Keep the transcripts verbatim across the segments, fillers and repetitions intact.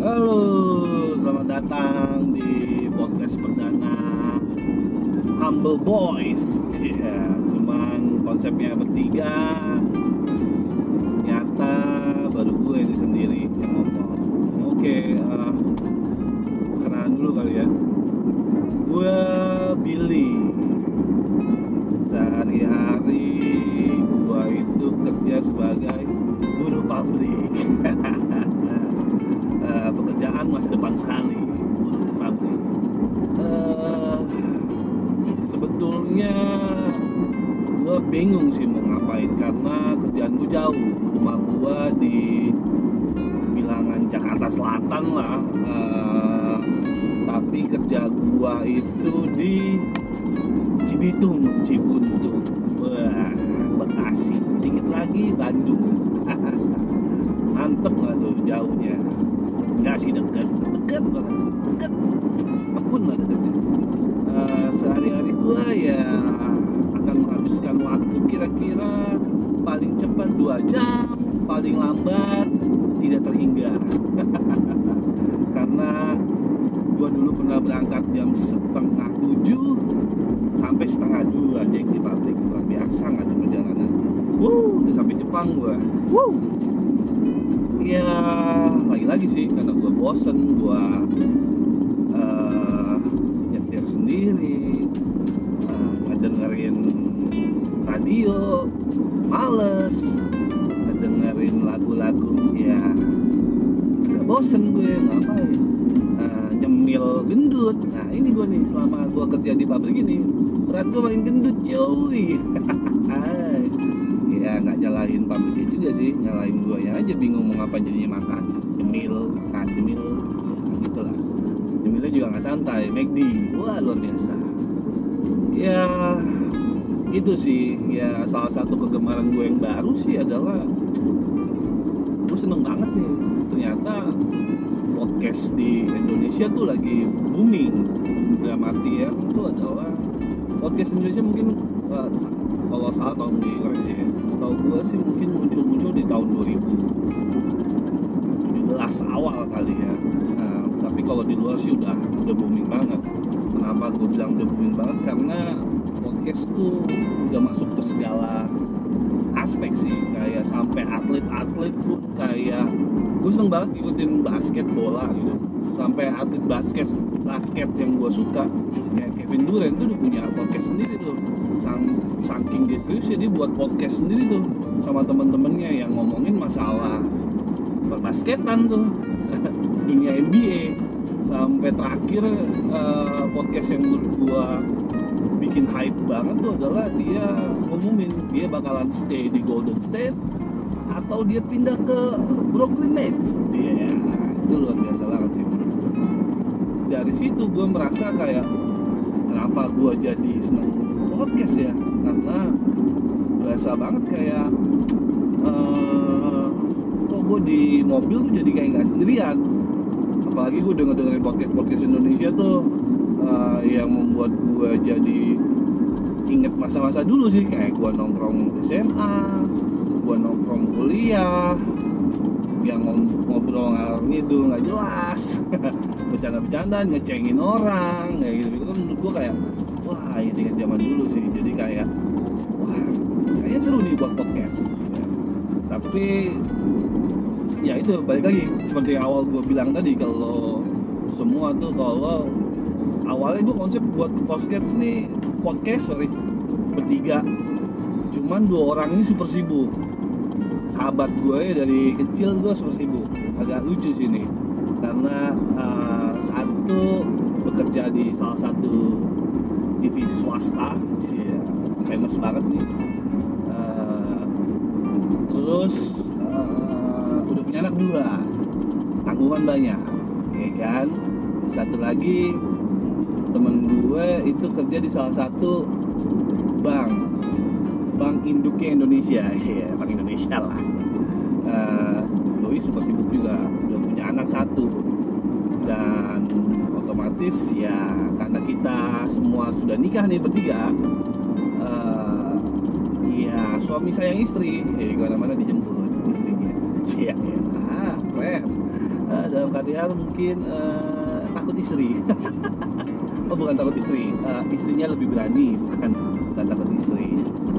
Halo, selamat datang di podcast perdana Humble Boys. Ya, cuman konsepnya bertiga. Nyata baru gue ini sendiri yang ngomong. Oke, uh, kenalan dulu kali ya. Gue Billy. Sehari-hari gue itu kerja sebagai buruh pabrik. Uh, pekerjaan masa depan sekali untuk pabrik. Uh, sebetulnya gue bingung sih mau ngapain karena kerjaan gue jauh. Rumah gue di bilangan Jakarta Selatan lah, uh, tapi kerja gue itu di Cibitung, Cibuntu, wah, Bekasi, dikit lagi Bandung. Mantep nggak tuh jauhnya? Nggak sih, deket, deket banget, deket, apapun lah deketnya. Uh, sehari-hari gua ya akan menghabiskan waktu kira-kira paling cepat dua jam, paling lambat tidak terhingga. Karena gua dulu pernah berangkat jam setengah tujuh sampai setengah dua aja di pabrik. Luar biasa nggak tuh perjalanan. Wuh, udah sampai Jepang gua. Wuh. Ya lagi-lagi sih karena gue bosen, gue uh, nyetir sendiri, uh, ngedengerin radio, males, ngedengerin lagu-lagu, ya udah bosen gue ngapain, uh, nyemil gendut. Nah ini gue nih selama gue kerja di pabrik ini, berat gue makin gendut cuy. Ya nggak nyalahin pabriknya juga sih, nyalahin gue ya aja, bingung mau ngapain jadinya makan nyemil, kan nyemil ya gitu lah. Nyemilnya juga nggak santai, McD, wah luar biasa. Ya itu sih ya salah satu kegemaran gue yang baru sih adalah gue seneng banget nih ternyata podcast di Indonesia tuh lagi booming. Dalam arti ya itu adalah podcast Indonesia mungkin uh, kalau salah tahun di koreksi ya, setahu gue sih mungkin muncul-muncul di tahun dua ribu tujuh belas awal kali ya. Nah, tapi kalau di luar sih udah udah booming banget. Kenapa gue bilang udah booming banget? Karena podcast tuh udah masuk ke segala aspek sih, kayak sampai atlet-atlet pun kayak gue seneng banget ngikutin basket bola gitu. Sampai atlet basket basket yang gue suka kayak Kevin Durant tuh udah punya podcast sendiri tuh. Sang, saking dia serius ya dia buat podcast sendiri tuh sama temen-temennya yang ngomongin masalah perbasketan tuh. Dunia N B A. Sampai terakhir uh, podcast yang menurut gue bikin hype banget tuh adalah dia ngumumin dia bakalan stay di Golden State atau dia pindah ke Brooklyn Nets. Dia yeah, itu luar biasa banget sih. Dari situ gue merasa kayak kenapa gue jadi seneng podcast ya, karena berasa banget kayak uh, kok gue di mobil tuh jadi kayak nggak sendirian. Apalagi gue denger dengerin podcast podcast Indonesia tuh uh, yang membuat gue jadi inget masa-masa dulu sih, kayak gue nongkrong S M A, gue nongkrong kuliah yang ngobrol ngalor ngidul nggak jelas, bercanda-bercanda ngecengin orang kayak gitu gitu kan menurut gue kayak wah ini ingat zaman dulu sih. Jadi kayak wah kayaknya seru nih buat podcast ya. Tapi ya itu balik lagi seperti awal gue bilang tadi, kalau semua tuh kalau awalnya gue konsep buat podcast nih podcast sorry bertiga, cuman dua orang ini super sibuk. Sahabat gue ya dari kecil gue super sibuk. Agak lucu sih nih karena uh, satu bekerja di salah satu T V swasta sih ya, famous banget nih. Uh, terus uh, udah punya anak dua, tanggungan banyak, ya kan. Satu lagi temen gue itu kerja di salah satu bank, bank induknya Indonesia, ya bank Indonesia lah. Uh, Doi super sibuk juga, udah punya anak satu, dan otomatis ya karena kita semua sudah nikah nih bertiga, uh, ya suami sayang istri, ya kemana-mana dijemput istrinya. Iya, ya, keren. dalam K T R mungkin uh, takut istri. Oh bukan takut istri, uh, istrinya lebih berani, bukan bukan takut istri.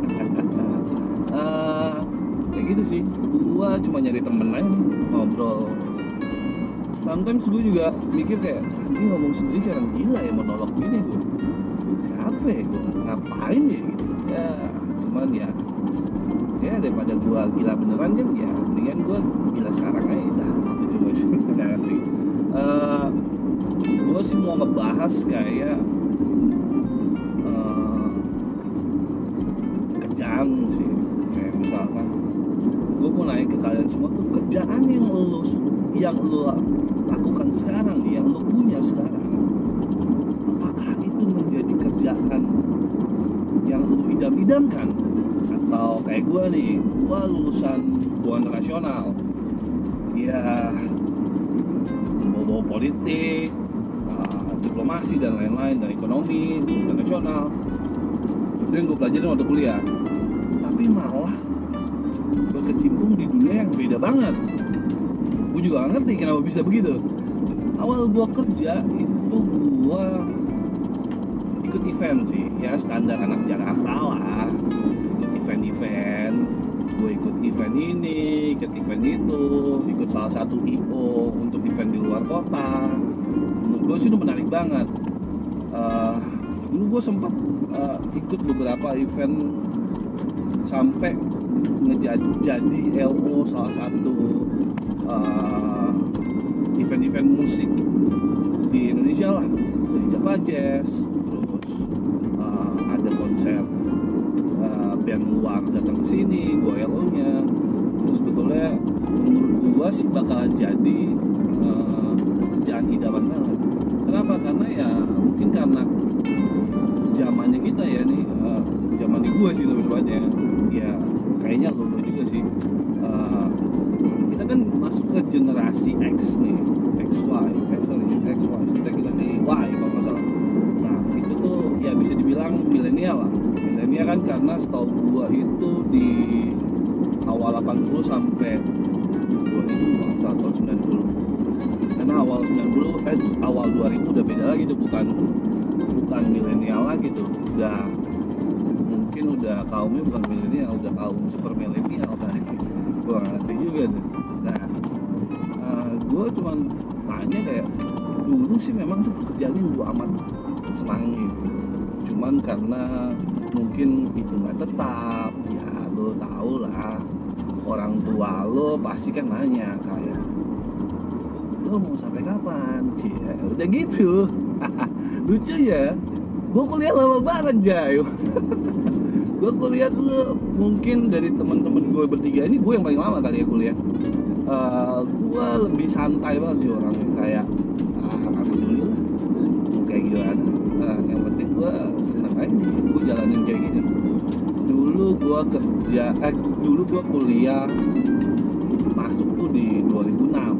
uh, kayak gitu sih. Gua cuma nyari temen aja nih, ngobrol. Sometimes gue juga mikir kayak ini ngomong sendiri kayak orang gila ya, monolog gini gue. Siapa ya gue, ngapain ya gitu. Ya cuman ya ya daripada gue gila beneran kan ya mendingan gue gila sekarang aja dah. Itu cuma sih nggak ngerti. Uh, gue sih mau ngebahas kayak uh, kerjaan sih. Kayak misalkan gue mau naik ke kalian semua tuh, kerjaan yang lo yang lo lakukan sekarang nih, yang lo punya sekarang, apakah itu menjadi kerjaan yang lo idam-idamkan? Atau kayak gue nih, gue lulusan hubungan internasional, ya bawa politik, uh, diplomasi dan lain-lain, dan ekonomi internasional, itu yang gue pelajarin waktu kuliah. Tapi malah berkecimpung di dunia yang beda banget. Gue juga gak ngerti kenapa bisa begitu. Awal gue kerja itu gue ikut event sih, ya standar anak Jakarta lah. Ikut event-event, gue ikut event ini, ikut event itu, ikut salah satu I O untuk event di luar kota. Menurut gue sih itu menarik banget. uh, Dulu gue sempat uh, ikut beberapa event sampai ngejadi jadi L O salah satu uh, event-event musik di Indonesia lah, dari Java Jazz, terus uh, ada konser uh, band luar datang ke sini, gue L O-nya. Terus sebetulnya menurut gue sih bakalan jadi uh, kerjaan idaman banget. Kenapa? Karena ya mungkin karena zamannya kita ya nih, uh, zaman di gue sih lebih tepatnya, ya kayaknya lo juga sih. Uh, kita kan masuk ke generasi X nih, X Y, X sorry, X Y, kita kita di Y kalau nggak salah. Nah itu tuh ya bisa dibilang milenial lah. Milenial kan karena setahu gua itu di awal delapan puluh sampai dua ribu, kalau salah tahun sembilan puluh. Karena awal sembilan puluh, eh awal dua ribu udah beda lagi tuh, bukan bukan milenial lagi tuh, udah mungkin udah kaumnya bukan milenial, udah kaum super milenial kan. Gue gak ngerti juga tuh. Nah uh, gue cuma tanya kayak dulu sih memang tuh pekerjaan yang gue amat senangi, cuman karena mungkin itu nggak tetap, ya lo tau lah, orang tua lo pasti kan nanya kayak lo mau sampai kapan sih, udah gitu. Lucu ya, gue kuliah lama banget Jay. Gue kuliah tuh mungkin dari teman-teman gue bertiga ini gue yang paling lama kali ya kuliah. Uh, gue lebih santai banget sih orangnya, kayak ah aku dulu lah mau kayak gimana. Nah, yang penting gue senang aja gue jalanin kayak gini. Dulu gue kerja, eh dulu gue kuliah masuk tuh di dua ribu enam,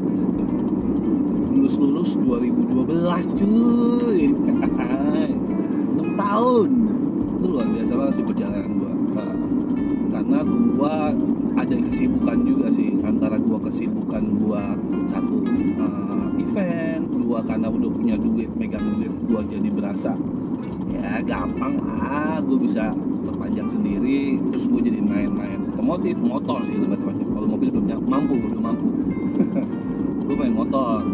lulus lulus dua ribu dua belas cuy. enam tahun. Itu luar biasa banget sih perjalanan gua. Nah, karena gua ada kesibukan juga sih, antara gua kesibukan gua satu uh, event, dua karena udah punya duit, megang duit, gua jadi berasa ya gampang lah, gua bisa terpanjang sendiri. Terus gua jadi main-main otomotif, motor sih lebih tepatnya. Kalau mobil belum mampu, belum mampu. Gua main motor,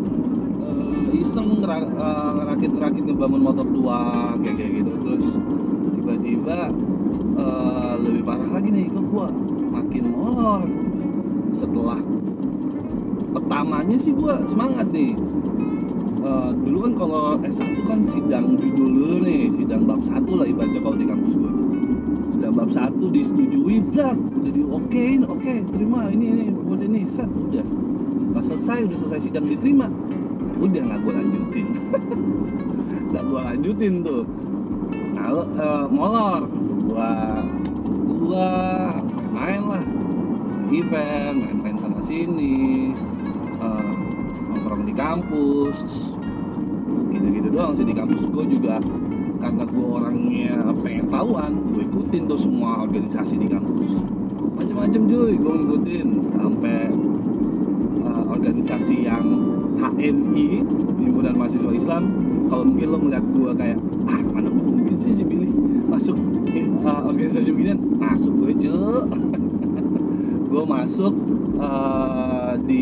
uh, iseng ngerakit-rakit ngebangun motor tua kayak kayak gitu. Terus tiba-tiba uh, lebih parah lagi nih, kok gua makin molor. Setelah pertamanya sih gua semangat nih, uh, dulu kan kalau S satu kan sidang judul dulu nih, sidang bab satu lah ibaratnya kalau di kampus gua. Sidang bab satu disetujui, brak, udah di okein, oke okay, terima ini ini buat ini, set udah. Pas selesai, udah selesai sidang diterima, udah nggak gua lanjutin. Nggak gua lanjutin tuh. Lalu uh, molor, gua gua main lah event, main-main sana sini, uh, nongkrong di kampus, gitu-gitu doang sih di kampus. Gua juga karena gua orangnya pengen tahuan, gua ikutin tuh semua organisasi di kampus, macam-macam cuy, gua ngikutin sampai uh, organisasi organisasi yang H M I, himpunan mahasiswa Islam. Kalau mungkin lo melihat gue kayak ah mana mungkin sih sih pilih masuk uh, organisasi beginian, masuk gue cuy. Gue masuk uh, di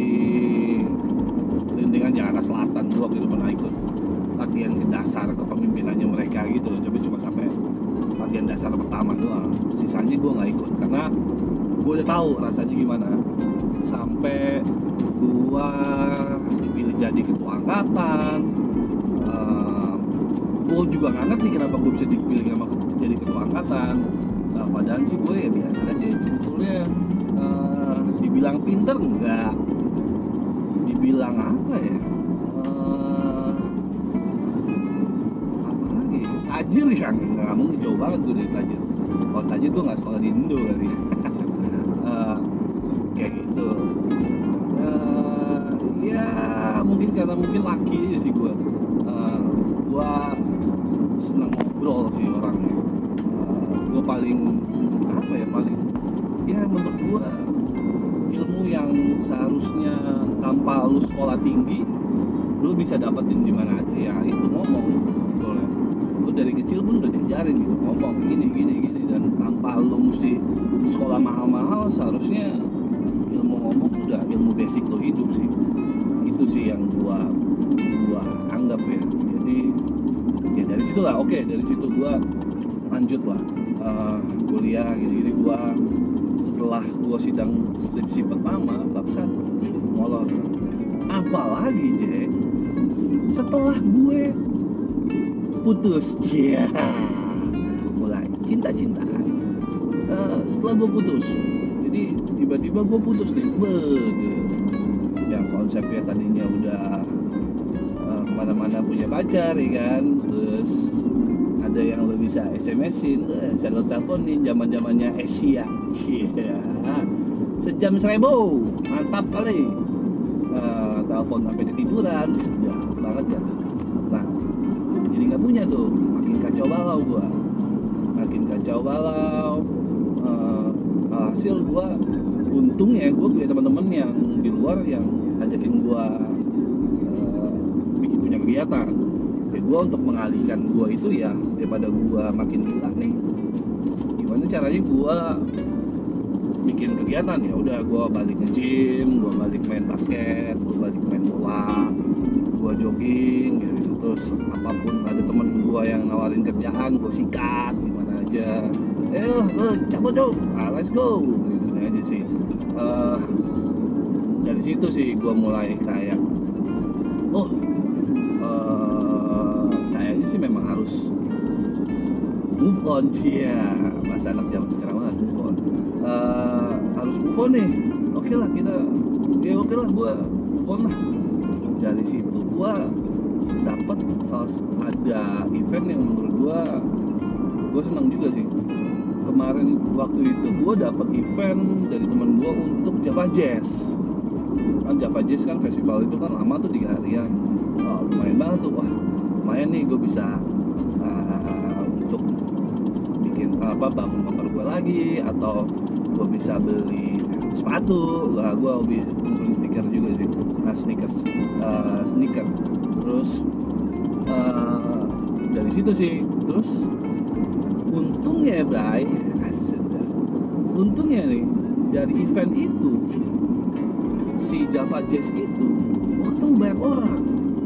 dengan Jakarta Selatan. Gue waktu itu pernah ikut latihan dasar kepemimpinannya mereka gitu, tapi cuma sampai latihan dasar pertama doang. Sisanya gue nggak ikut karena gue udah tahu rasanya gimana. Sampai gue dipilih jadi ketua angkatan, uh, gue juga nggak ngerti kenapa gue bisa dipilih sama jadi ketua angkatan. Nah, padahal sih gue ya biasa aja sebetulnya. Uh, dibilang pinter enggak, dibilang apa ya, uh, apa lagi, tajir ya nggak mungkin, jauh banget gue dari tajir. Kalau tajir gue nggak sekolah di Indo kali. uh, kayak gitu. Uh, ya mungkin karena mungkin laki aja sih gue. Uh, gue senang ngobrol sih orangnya. Uh, gue paling apa ya paling ya menurut gue ilmu yang seharusnya tanpa lu sekolah tinggi lu bisa dapetin di mana aja ya itu ngomong. Soalnya lu dari kecil pun udah diajarin gitu ngomong gini gini gini, dan tanpa lu mesti sekolah mahal-mahal seharusnya ilmu ngomong udah ilmu basic lo hidup sih. Itu sih yang gua gua anggap ya. Jadi ya dari situ lah, oke dari situ gua lanjut lah uh, kuliah gini-gini. Gua setelah gua sidang skripsi pertama bab satu molor. Apalagi Jack, setelah gue putus dia mulai cinta-cintaan. Uh, setelah gue putus, jadi tiba-tiba gue putus nih, begitu. Yang konsepnya tadinya udah uh, kemana-mana punya pacar ya kan, terus ada yang lo bisa S M S-in, uh, bisa lo teleponin, zaman-zamannya Asia, yeah. Sejam seribu, mantap kali. Uh, telepon sampai ketiduran, sedap banget ya. Nah, jadi nggak punya tuh, makin kacau balau gua, makin kacau balau. Uh, hasil gua, untungnya gua punya teman-teman yang di luar yang ngajakin gua uh, bikin punya kegiatan. Jadi gua untuk mengalihkan gua itu ya daripada gua makin gila nih, gimana caranya gua bikin kegiatan. Ya udah gue balik nge-gym, gue balik main basket, gue balik main bola, gue jogging gitu. Terus apapun ada temen gue yang nawarin kerjaan gue sikat gimana aja, eh lo cabut cok, ah, let's go gitu aja sih. Uh, dari situ sih gue mulai kayak oh uh, kayaknya sih memang harus move on sih ya, masa anak zaman sekarang harus move on. Uh, harus move on nih, oke okay lah kita, ya oke okay lah gue move on lah. Dari situ gue dapat ada event yang menurut gue gue senang juga sih. Kemarin waktu itu gue dapat event dari teman gue untuk Java Jazz. Kan Java Jazz kan festival itu kan lama tuh tiga harian. Oh, lumayan banget tuh, wah lumayan nih gue bisa uh, untuk bikin apa bangun motor gue lagi, atau gue bisa beli sepatu. Lah gue hobi ngumpulin stiker juga sih, nah, sneakers, uh, sneaker. Terus uh, dari situ sih, terus untungnya Bray, untungnya nih dari event itu si Java Jazz itu waktu banyak orang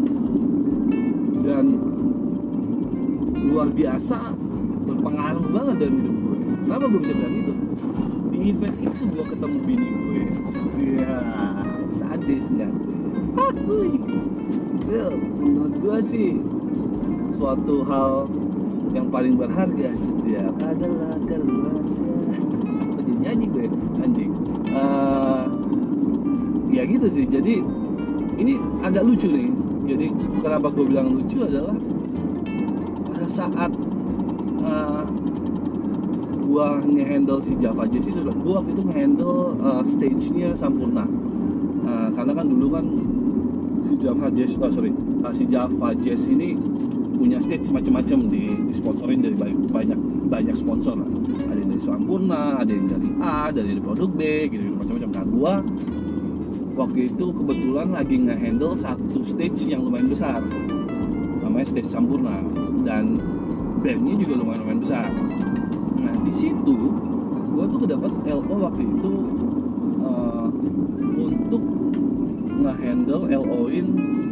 dan luar biasa berpengaruh banget dalam hidup gue. Kenapa gue bisa bilang itu? Di event itu gue ketemu bini gue. Iya, sadis nggak? Hakui. Well, menurut gue sih suatu hal yang paling berharga setiap adalah keluarga. Apa jadi nyanyi gue anjing? Uh, ya gitu sih. Jadi ini agak lucu nih. Jadi kenapa gue bilang lucu adalah pada saat uh, gua nge-handle si Java Jazz itu, gua waktu itu nge-handle uh, stage-nya Sampurna. Uh, karena kan dulu kan si Java Jazz, oh sorry, uh, si Java Jazz ini punya stage macam-macam, di disponsorin dari banyak banyak sponsor lah. Ada yang dari Sampurna, ada yang dari A, ada yang dari produk B, gitu macam-macam. Nah, gua waktu itu kebetulan lagi nge-handle satu stage yang lumayan besar, namanya stage Sampurna, dan bandnya juga lumayan lumayan besar. Nah di situ gue tuh dapat L O waktu itu uh, untuk nge-handle L O-in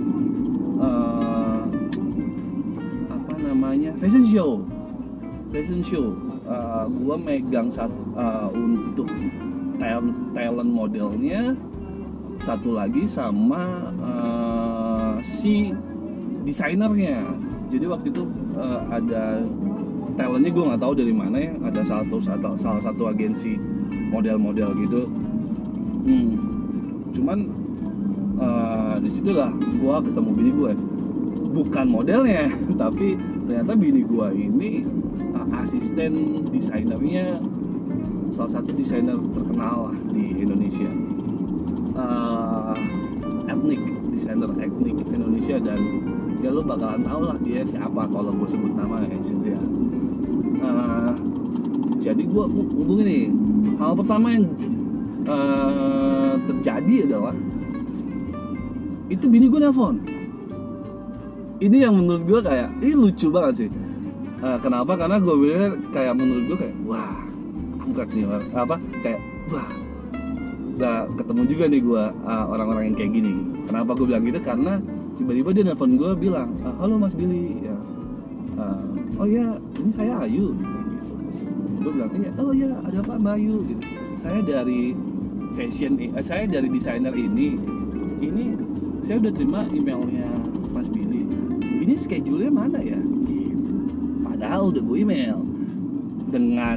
uh, apa namanya fashion show, fashion show. Uh, gue megang satu uh, untuk talent, talent modelnya, satu lagi sama uh, si desainernya. Jadi waktu itu uh, ada talentnya, gue nggak tahu dari mana ya, ada satu, satu salah satu agensi model-model gitu. Hmm. Cuman uh, disitulah gue ketemu bini gue, bukan modelnya tapi ternyata bini gue ini uh, asisten desainernya salah satu desainer terkenal lah di Indonesia, uh, etnik, desainer etnik Indonesia, dan ya lo bakalan tau lah dia siapa kalau gue sebut nama ya dia. Uh, jadi gue hubungi nih, hal pertama yang uh, terjadi adalah itu bini gue nelfon. Ini yang menurut gue kayak ini lucu banget sih. Uh, kenapa? Karena gue bilang kayak menurut gue kayak wah angkat nih apa kayak wah gak ketemu juga nih gue uh, orang-orang yang kayak gini. Kenapa gue bilang gitu? Karena tiba-tiba dia nelfon gue bilang, halo Mas Billy, ya, uh, oh ya ini saya Ayu, gitu. Gue bilang iya, oh ya ada apa Mbak Ayu, gitu. Saya dari fashion, eh, saya dari desainer ini, ini saya udah terima emailnya Mas Billy. Ini schedule-nya mana ya? Gitu. Padahal udah gue email dengan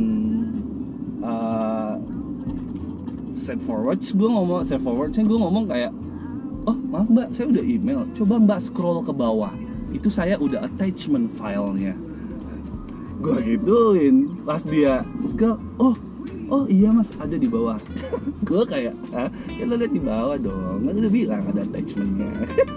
uh, send forward, gue ngomong send forwardnya gue ngomong kayak, oh maaf mbak, saya udah email, coba mbak scroll ke bawah, itu saya udah attachment filenya. Gue gituin, pas dia scroll, oh oh iya mas ada di bawah. Gue kayak, ah ya lo lihat di bawah dong, kan udah bilang ada attachmentnya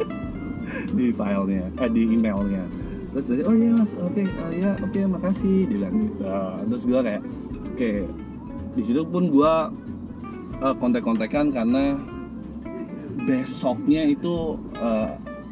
di filenya, eh di emailnya. Terus dia, oh iya mas, oke, okay, uh, ya oke okay, makasih, dia bilang gitu. Terus gue kayak, oke, okay. Di situ pun gue uh, kontak-kontakan karena besoknya itu uh,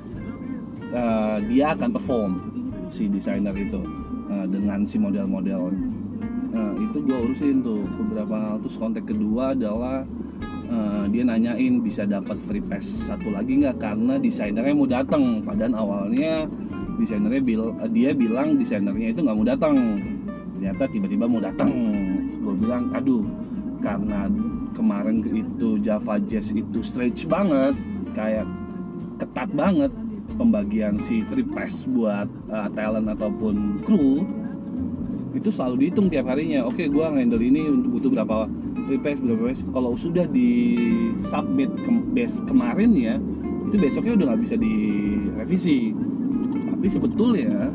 uh, dia akan perform si desainer itu uh, dengan si model-model. Uh, itu gue urusin tuh beberapa hal. Terus kontak kedua adalah uh, dia nanyain bisa dapat free pass satu lagi nggak karena desainernya mau datang. Padahal awalnya desainernya bil dia bilang desainernya itu nggak mau datang. Ternyata tiba-tiba mau datang. Gue bilang aduh, karena kemarin itu Java Jazz itu stretch banget, kayak ketat banget pembagian si free pass buat uh, talent ataupun kru, itu selalu dihitung tiap harinya. Oke, gue handle ini untuk butuh berapa free pass, berapa pass. Kalau sudah di submit ke base kemarin ya, itu besoknya udah nggak bisa direvisi. Tapi sebetulnya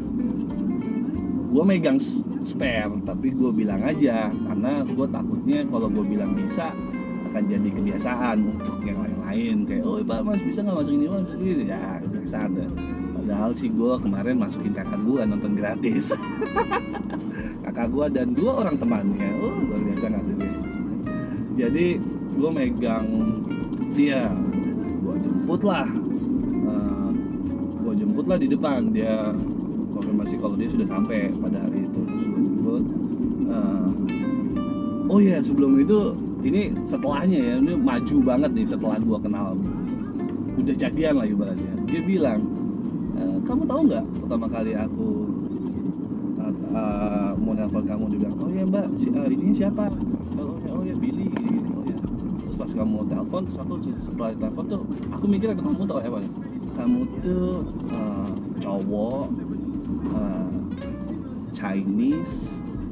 gue megang spare, tapi gue bilang aja karena gue takutnya kalau gue bilang bisa akan jadi kebiasaan untuk yang lain-lain, kayak oh pak mas bisa nggak masukin ini mas ini ya kebiasaan deh. Padahal sih gue kemarin masukin kakak gue nonton gratis. Kakak gue dan dua orang temannya, oh luar biasa nggak tuh dia. Jadi gue megang dia, gue jemput lah, uh, gue jemput lah di depan, dia konfirmasi kalau dia sudah sampai pada hari itu. Terus gue jemput. Uh, oh ya sebelum itu ini setelahnya ya, ini maju banget nih setelah gue kenal, udah jadian lah ibaratnya. Dia bilang, e, kamu tahu nggak pertama kali aku uh, uh, mau nelfon kamu, dia bilang, oh ya mbak, si, uh, ini siapa? Oh ya, oh ya Billy, oh ya. Terus pas kamu telepon, terus aku setelah telepon tuh, aku mikir kamu tahu apa? Kamu tuh uh, cowok, uh, Chinese,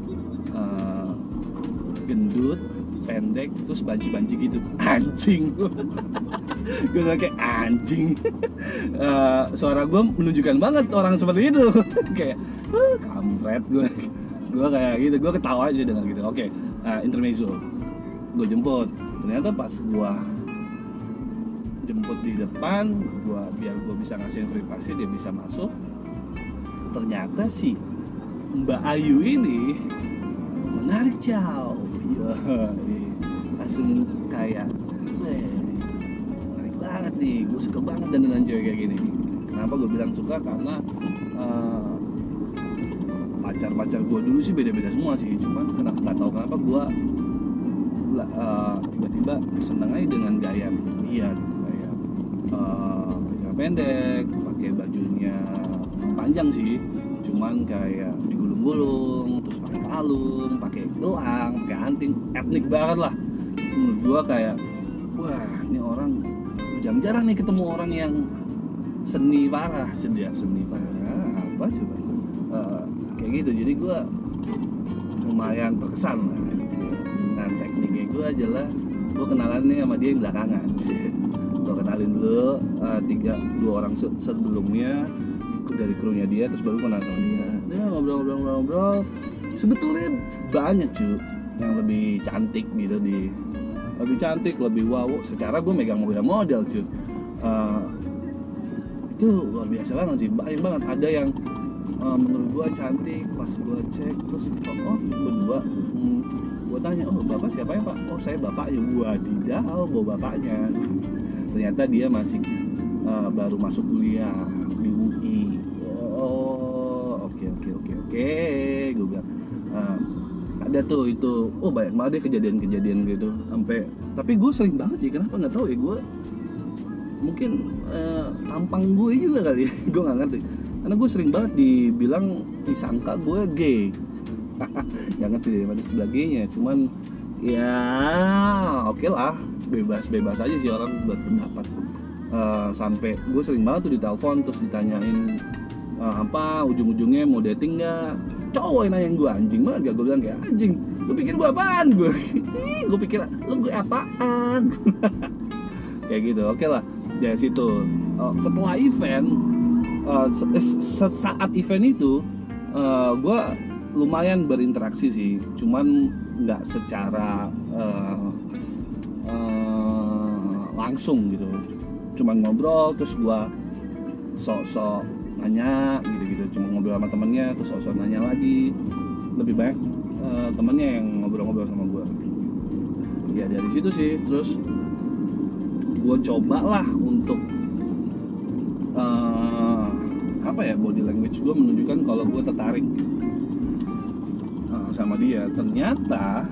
uh, gendut, pendek, terus banci-banci gitu. Anjing. Gue kayak anjing. uh, suara gue menunjukkan banget orang seperti itu. Kayak uh, kampret gue. Gue kayak gitu, gue ketawa aja dengan gitu. Oke, okay, uh, intermezzo. Gue jemput. Ternyata pas gue jemput di depan, gue biar gue bisa ngasih free pass, dia bisa masuk. Ternyata si Mbak Ayu ini menarik jauh. Iya, langsung kayak, weh, banget nih, gue suka banget dengan cewek kayak gini. Kenapa gue bilang suka? Karena uh, pacar-pacar gue dulu sih beda-beda semua sih, cuman kenapa nggak tahu kenapa gue uh, tiba-tiba seneng aja dengan gaya dia, kayak uh, yang pendek, pakai bajunya panjang sih, cuman kayak digulung-gulung, terus pakai kalung, pakai gelang, pakai anting, etnik banget lah. Menurut gue kayak, wah ini orang jarang-jarang nih ketemu orang yang seni parah, sediak seni parah apa coba uh, kayak gitu. Jadi gue lumayan terkesan lah dengan tekniknya. Gue aja lah, gue kenalannya sama dia yang belakangan sih. Gue kenalin dulu uh, tiga dua orang sebelumnya dari krunya dia, terus baru kenal sama dia. Dia ngobrol-ngobrol-ngobrol. Sebetulnya banyak cuy yang lebih cantik gitu, di lebih cantik, lebih wow. Secara gue megang mobil model cuy. Uh, itu luar biasa banget sih, banyak banget. Ada yang uh, menurut gue cantik, pas gue cek terus oh, oh berdua, hmm, gue tanya, oh bapak siapa ya pak? Oh saya bapaknya. Wadidaw, bawa bapaknya. Ternyata dia masih uh, baru masuk kuliah di U I. Oh oke oke oke oke, gue bilang uh, ada tuh itu. Oh banyak banget deh kejadian-kejadian gitu sampai. Tapi gue sering banget ya, kenapa nggak tahu ya, gue mungkin uh, tampang gue juga kali ya. Gue nggak ngerti, karena gue sering banget dibilang, disangka gue gay. Nggak ngerti deh mana sebagainya, cuman ya oke okay lah, bebas-bebas aja sih orang berpendapat. Uh, sampai gue sering banget tuh ditelepon terus ditanyain uh, apa ujung-ujungnya mau dating nggak. Cowok yang nanyain gue, anjing banget gak? Gue bilang kayak anjing, lu pikir gue apaan? Gue gue pikir lu gue apaan? Kayak gitu. Oke okay lah, dari situ uh, setelah event uh, saat event itu uh, gue lumayan berinteraksi sih, cuman nggak secara uh, uh, langsung gitu, cuman ngobrol terus gue sok-sok nanya gitu-gitu, cuma ngobrol sama temennya terus sok-sok nanya lagi. Lebih banyak uh, temennya yang ngobrol-ngobrol sama gue. Ya dari situ sih, terus gue cobalah untuk uh, apa ya, body language gue menunjukkan kalau gue tertarik uh, sama dia. Ternyata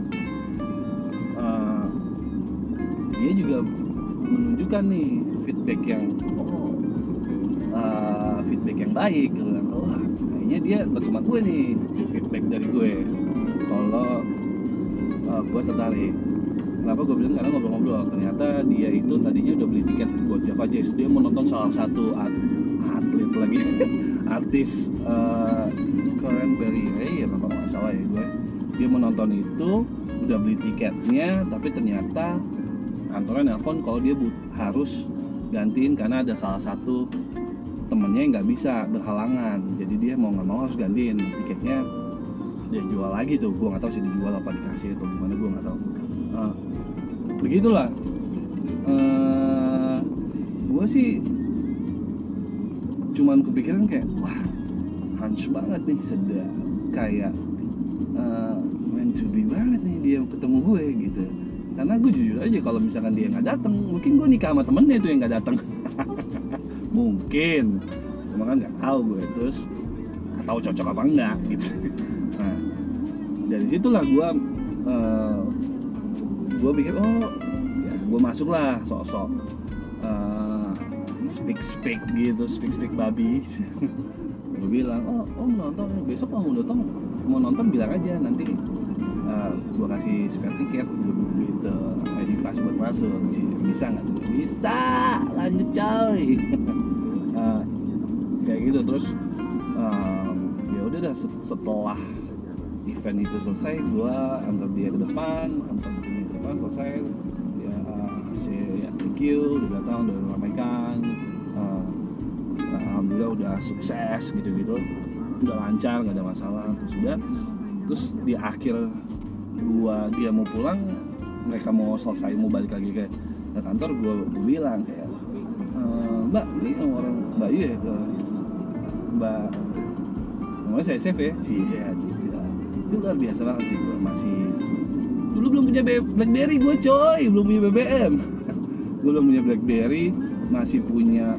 uh, dia juga menunjukkan nih feedback yang oh uh, feedback yang baik gitu kan. Oh kayaknya dia terima gue nih feedback dari gue kalau uh, gue tertarik. Kenapa gue bilang? Karena ngobrol-ngobrol, ternyata dia itu tadinya udah beli tiket buat Java Jazz. Dia mau nonton salah satu at- atlet lagi artis uh, Cranberry Ray ya kalau nggak salah ya gue. Dia mau nonton itu, udah beli tiketnya, tapi ternyata kantornya nelpon kalau dia bu- harus gantiin karena ada salah satu temennya yang nggak bisa, berhalangan. Jadi dia mau nggak mau harus gantiin tiketnya. Dia jual lagi tuh, gue nggak tahu sih dijual apa dikasih atau gimana, gue nggak tahu. Uh, begitulah. Uh, gue sih cuman kepikiran kayak wah hunch banget nih, sedap kayak uh, meant to be banget nih dia ketemu gue gitu. Karena gue jujur aja kalau misalkan dia nggak datang, mungkin gue nikah sama temennya itu yang nggak datang. Mungkin, cuma kan nggak tahu gue, terus tahu cocok apa enggak gitu. Nah dari situlah gue uh, gue pikir oh ya gue masuk lah sok-sok uh, speak speak gitu, speak speak babi. Gue bilang oh om nonton besok mau nonton mau nonton bilang aja nanti uh, gue kasih spare tiket gitu, ini pas buat masuk sih. Bisa nggak? Bisa, lanjut coy. uh, kayak gitu. Terus um, ya udah dah, setelah event itu selesai, gue antar dia ke depan, antar dia ke depan selesai, ya si ya, thank you udah datang, udah ramaikan, uh, alhamdulillah udah sukses gitu-gitu, udah lancar, nggak ada masalah. Terus udah, terus di akhir gua dia mau pulang, mereka mau selesai mau balik lagi ke, ke kantor, gua, gua bilang kayak e, mbak ini orang mbak Yu ya, mbak namanya saya save ya sih ya. Itu luar biasa banget sih. Gue masih dulu belum punya BlackBerry gue coy, belum punya B B M. gue belum punya BlackBerry, masih punya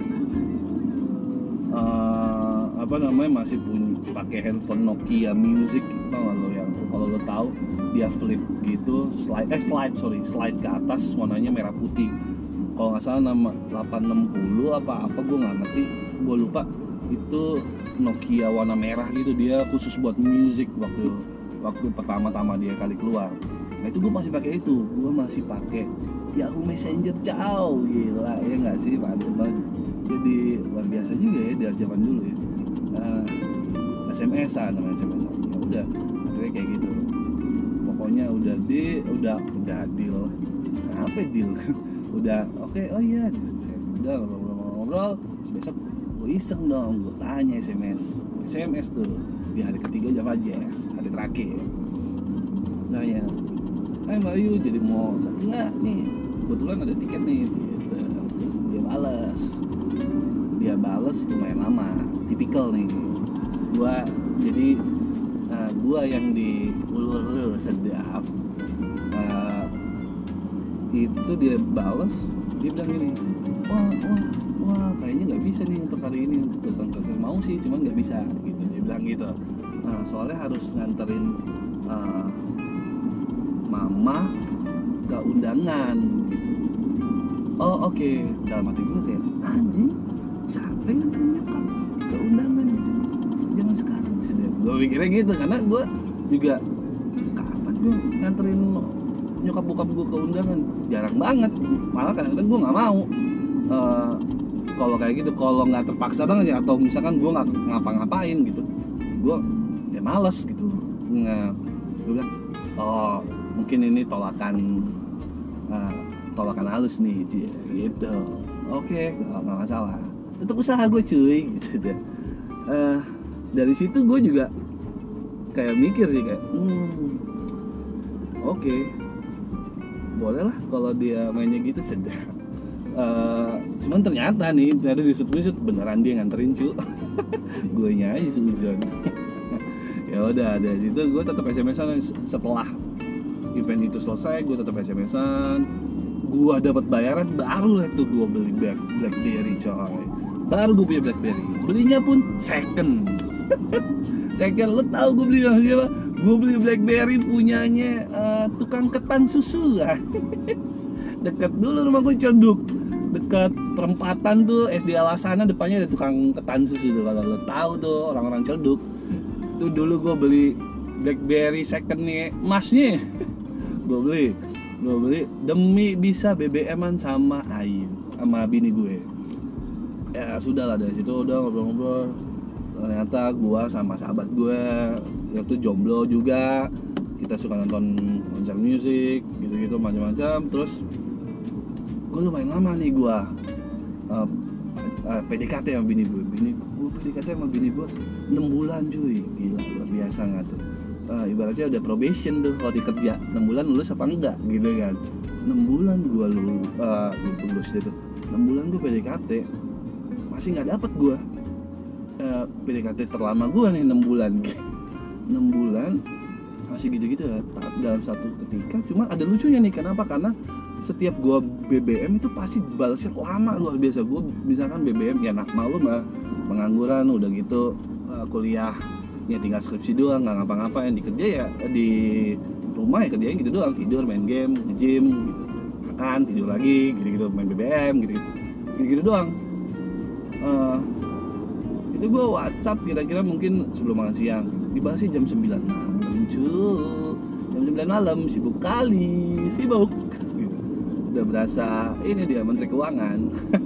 uh, apa namanya masih punya pakai handphone Nokia Music, tau gak lo yang kalau lo tahu dia flip gitu, slide eh slide sorry slide ke atas, warnanya merah putih. Kalau nggak salah nama delapan enam nol apa apa gue nggak ngerti, gue lupa. Itu Nokia warna merah gitu, dia khusus buat music waktu waktu pertama-tama dia kali keluar. Nah itu gue masih pakai itu, gue masih pakai Yahoo Messenger, jauh gila ya nggak sih, mantep banget. Jadi luar biasa juga ya dari zaman dulu ya. Nah, S M S-an namanya S M S-an. Ya udah, akhirnya kayak gitu. Pokoknya udah di udah udah deal. Nah, apa deal? Udah oke, okay, oh iya, udah ngobrol-ngobrol. Besok gue iseng dong, gue tanya S M S, S M S tuh di hari ketiga Java Jazz, hari terakhir. Nah ya, Hai Mbak Ayu, jadi mau enggak nih? Kebetulan ada tiket nih. Gitu. Terus dia balas, dia balas lumayan lama, tipikal nih. Gua jadi uh, gua yang diulur-ulur sedap. Uh, itu dia balas, dia bilang gini, wah wah wah kayaknya nggak bisa nih untuk hari ini, untuk datang ke sini. Mau sih cuman nggak bisa gitu, dia bilang gitu. Nah soalnya harus nganterin uh, mama ke undangan gitu. Oh oke, okay. Dalam hati gue kayak anjing, siapa yang nganterin nyokap ke undangan zaman sekarang sih? Gue pikirnya gitu, karena gue juga kapan gue nganterin nyokap bokap gue ke undangan, jarang banget. Malah kadang-kadang gue nggak mau uh, kalau kayak gitu, kalau nggak terpaksa banget ya, atau misalkan gue nggak ngapa-ngapain gitu, gue ya males gitu. Nggak, gue bilang oh mungkin ini tolakan uh, tolakan halus nih gitu. Oke, nggak masalah, tetap usaha gue cuy gitu deh. Uh, dari situ gue juga kayak mikir sih kayak hmm, oke okay, boleh lah kalau dia mainnya gitu sedap. Uh, cuman ternyata nih dari disut-disut beneran dia nganterin cu. Gue nya aja suzon. Ya udah dari situ gue tetap S M S-an setelah event itu selesai, gue tetap S M S-an. Gue dapat bayaran baru lah tuh gue beli Black, BlackBerry coy. Baru gue punya BlackBerry. Belinya pun second. Second, lo tau gue beli sama siapa? Gue beli BlackBerry punyanya uh, tukang ketan susu. Dekat dulu rumah gue Cilduk, dekat perempatan tuh S D Alasana, depannya ada tukang ketan susu tuh. Kalau lo tahu tuh orang-orang Cilduk. Tuh dulu gue beli BlackBerry second nih, emasnya. Gue beli, gue beli demi bisa B B M-an sama Ayu, sama bini gue. Ya sudah lah, dari situ udah ngobrol-ngobrol. Ternyata gue sama sahabat gue itu jomblo juga, kita suka nonton konser musik gitu-gitu macam-macam. Terus gue lumayan lama nih gue uh, uh, P D K T sama bini gue. Bini gue P D K T sama bini gue enam bulan cuy, gila luar biasa nggak tuh? Uh, ibaratnya udah probation tuh kalau dikerja, enam bulan lulus apa enggak gitu kan. enam bulan gue lulus, uh, lulus gitu. enam bulan gue P D K T masih nggak dapet gue. Uh, P D K T terlama gue nih enam bulan. enam bulan masih gitu-gitu ya dalam satu ketika. Cuma ada lucunya nih, kenapa? Karena setiap gue B B M itu pasti balasnya lama luar biasa. Gue misalkan B B M ya nak malum lah, pengangguran udah gitu, uh, kuliah ya tinggal skripsi doang, nggak ngapa-ngapain. Di kerja ya di rumah ya kerjain gitu doang, tidur, main game, nge-gym gitu, makan, tidur lagi gitu-gitu, main B B M gitu-gitu gitu-gitu doang. Uh, itu gue WhatsApp kira-kira mungkin sebelum makan siang, dibahasnya jam sembilan malam cuy. Jam sembilan malam sibuk kali, sibuk gitu. Udah berasa ini dia menteri keuangan.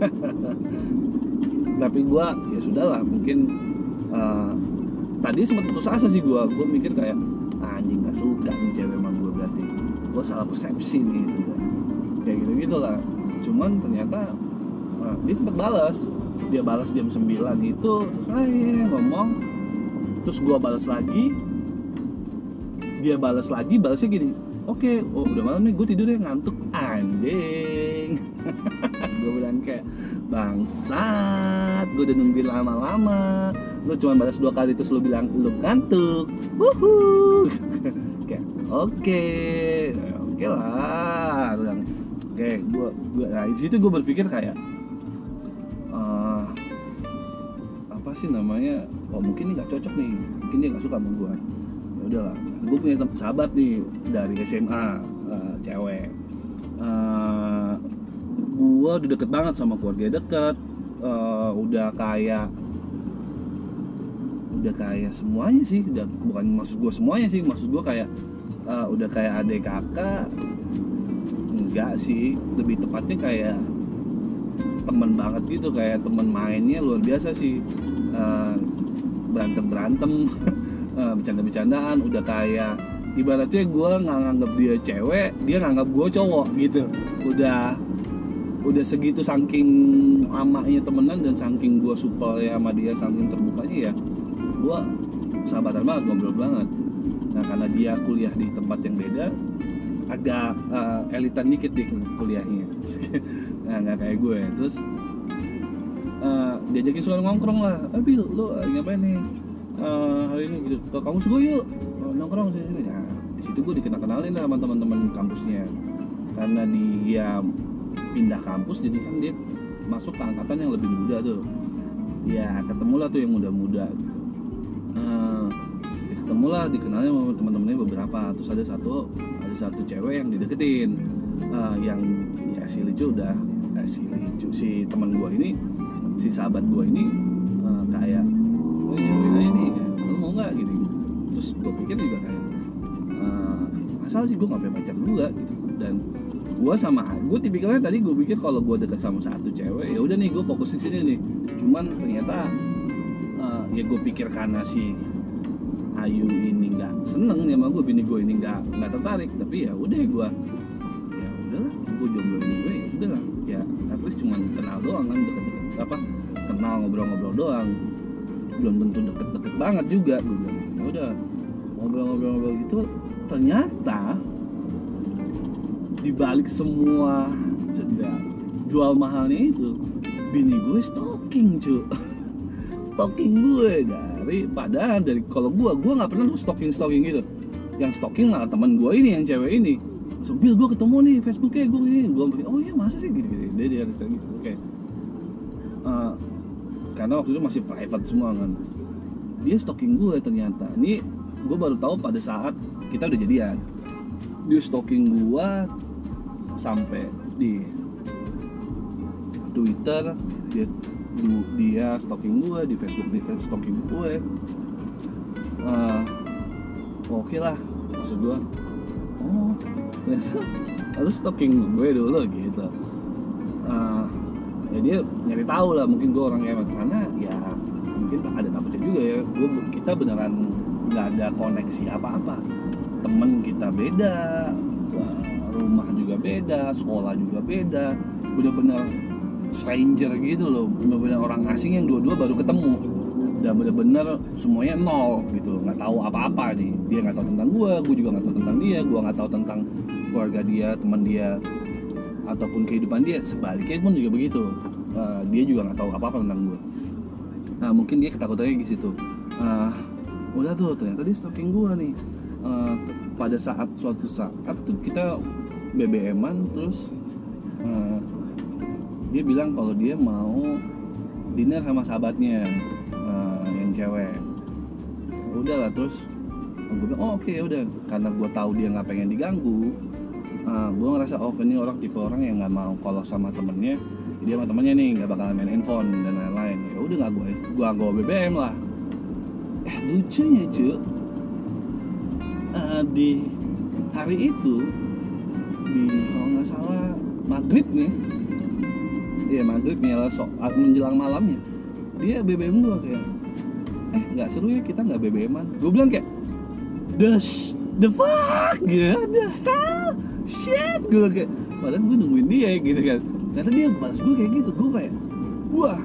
Tapi gue ya sudahlah, mungkin uh, tadi sempat putus asa sih gue. Gue mikir kayak anjing gak suka nih cewek emang gue, berarti gue salah persepsi nih sudah. Kayak gitu-gitu lah. Cuman ternyata uh, dia sempat balas. Dia balas jam sembilan itu, saya ngomong, terus gua balas lagi, dia balas lagi, balasnya gini, oke, okay, oh udah malam nih, gue tidur ya, ngantuk, anjing. Gue bilang kayak bangsat, gue udah nungguin lama-lama, lu cuma balas dua kali terus lu bilang lu ngantuk, wuhuu. Kayak oke, okay, oke okay lah, bilang oke, eh gue gue nah di situ gue berpikir kayak uh, apa sih namanya, oh mungkin ini nggak cocok nih, mungkin dia nggak suka sama gue. Ya udahlah, gue punya sahabat nih dari S M A, uh, cewek. Uh, gue udah deket banget sama keluarga deket, uh, udah kayak udah kayak semuanya sih, udah bukan maksud gue semuanya sih, maksud gue kayak uh, udah kayak adik kakak, enggak sih, lebih tepatnya kayak temen banget gitu, kayak temen mainnya luar biasa sih, uh, berantem berantem, uh, bercanda bercandaan, udah kayak ibaratnya gue nggak nganggap dia cewek, dia nganggap gue cowok gitu, udah udah segitu saking amanya temenan dan saking gue supel ya sama dia, saking terbukanya ya gue sahabatan banget, ngobrol banget. Nah karena dia kuliah di tempat yang beda, agak uh, elitan dikit deh kuliahnya. Nah nggak kayak gue, terus uh, diajakin suara ngongkrong lah, eh Bil, lo ngapain nih uh, hari ini gitu, ke kampus gue yuk nongkrong sini sini. Nah di situ gue dikenal-kenalin lah sama teman-teman kampusnya, karena dia pindah kampus jadi kan dia masuk ke angkatan yang lebih muda tuh, ya ketemulah tuh yang muda-muda gitu. Uh, ya ketemulah, dikenalnya sama teman-temannya beberapa, terus ada satu ada satu cewek yang dideketin, uh, yang ya si lucu udah eh, si lucu si teman gue ini, si sahabat gue ini uh, kayak oh jadiin aja nih, lo mau nggak gitu. Terus gue pikir juga kayak uh, asal sih gue nggak punya pacar juga gitu, dan gue sama gue tipikalnya tadi gue pikir kalau gue deket sama satu cewek ya udah nih gue fokus di sini nih, cuman ternyata uh, ya gue pikir karena si Ayu ini nggak seneng ya sama gue, bini gue ini nggak nggak tertarik, tapi ya udah gue ya udahlah, gue jomblo ini gue ya udahlah ya, at least cuman kenal doang kan, deket-deket apa kenal ngobrol-ngobrol doang, belum tentu deket-deket banget juga. Gue bilang ya udah ngobrol-ngobrol gitu, ternyata dibalik semua jeda jual mahalnya itu, bini gue stalking cu stalking gue dari padahal dari kalau gue gue nggak pernah tuh stalking stalking gitu, yang stalking malah teman gue ini yang cewek ini. So Bil, gue ketemu nih Facebooknya gue ini, gue bilang oh iya masa sih gitu gitu, dia dia gitu oke okay. uh, karena waktu itu masih private semua kan, dia stalking gue ternyata. Ini gue baru tahu pada saat kita udah jadian, dia stalking gue sampai di Twitter, dia dia stalking gue di Facebook, dia stalking gue. Uh, Oke okay lah, maksud gue, oh, lalu stalking gue dulu gitu. Uh, ya dia nyari tahu lah, mungkin gue orang emang karena ya mungkin ada takutnya juga ya, gue kita beneran nggak ada koneksi apa-apa, temen kita beda, rumah juga beda, sekolah juga beda, bener-bener stranger gitu loh, bener-bener orang asing yang dua-dua baru ketemu, dan bener-bener semuanya nol gitu, nggak tahu apa-apa nih, dia nggak tahu tentang gue, gue juga nggak tahu tentang dia, gue nggak tahu tentang keluarga dia, teman dia, ataupun kehidupan dia, sebaliknya pun juga begitu, uh, dia juga nggak tahu apa-apa tentang gue. Nah mungkin dia ketakutannya di situ. Uh, udah tuh ternyata dia stalking gue nih. Uh, pada saat suatu saat tuh kita B B M-an, terus uh, dia bilang kalau dia mau dinner sama sahabatnya uh, yang cewek. Udah lah, terus gue bilang oh oke okay, udah, karena gue tahu dia nggak pengen diganggu, uh, gue ngerasa oh ini orang tipe orang yang nggak mau kalau sama temennya, dia sama temennya nih nggak bakalan main handphone dan lain-lain. Ya udah nggak gue gue gue B B M lah. Eh lucunya cuy, uh, di hari itu di kalau nggak salah maghrib nih, iya maghrib nih lah, so, menjelang malamnya dia B B M gue kayak eh nggak seru ya kita nggak B B M-an. Gue bilang kayak the sh- the fuck ya, the hell shit, gue kayak padahal gue nungguin dia gitu kan, ternyata dia balas gue kayak gitu. Gue kayak wah,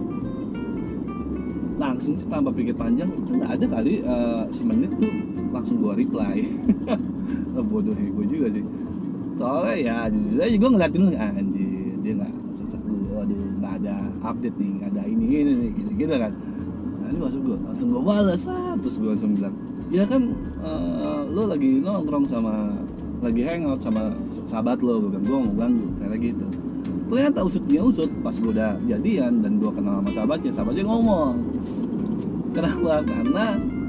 langsung tanpa pikir panjang, itu nggak ada kali uh, semenit tuh langsung gue reply. Bodohnya gue juga sih, soalnya ya jujur aja gue ngeliatin ah, anjir dia nggak sosok gue, aduh nggak ada update nih, nggak ada ini ini nih gitu gitu kan. Nah ini masuk gue langsung gue balas ah, terus gue langsung bilang ya kan uh, lo lagi nongkrong sama lagi hangout sama sahabat lo, gue bilang gue mau ganggu kayak gitu. Ternyata usutnya usut, pas gue udah jadian dan gue kenal sama sahabatnya, sahabatnya ngomong, kenapa? Karena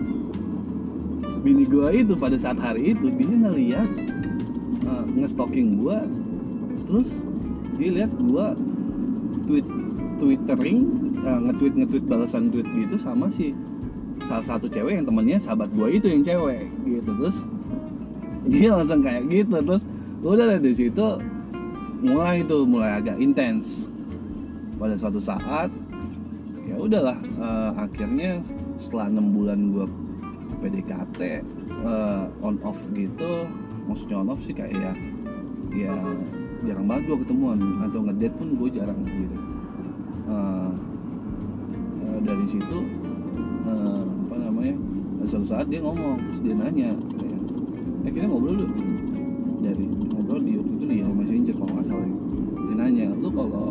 bini gue itu pada saat hari itu dia ngeliat uh, nge-stalking gue, terus dia lihat gue tweet twittering uh, nge-tweet nge-tweet balasan tweet gitu sama si salah satu cewek yang temennya sahabat gue itu yang cewek gitu. Terus dia langsung kayak gitu, terus udah dari situ mulai itu mulai agak intens. Pada suatu saat ya udahlah, uh, akhirnya setelah enam bulan gue P D K T uh, on off gitu, maksudnya on off sih kayak ya ya jarang banget gue ketemuan, atau ngedate pun gue jarang gitu. Uh, uh, dari situ uh, apa namanya, suatu saat dia ngomong, terus dia nanya kayak, eh kita ngobrol dulu, dari ngobrol di waktu itu di Yahoo Messenger kalau nggak salah. Dia nanya, lu kalau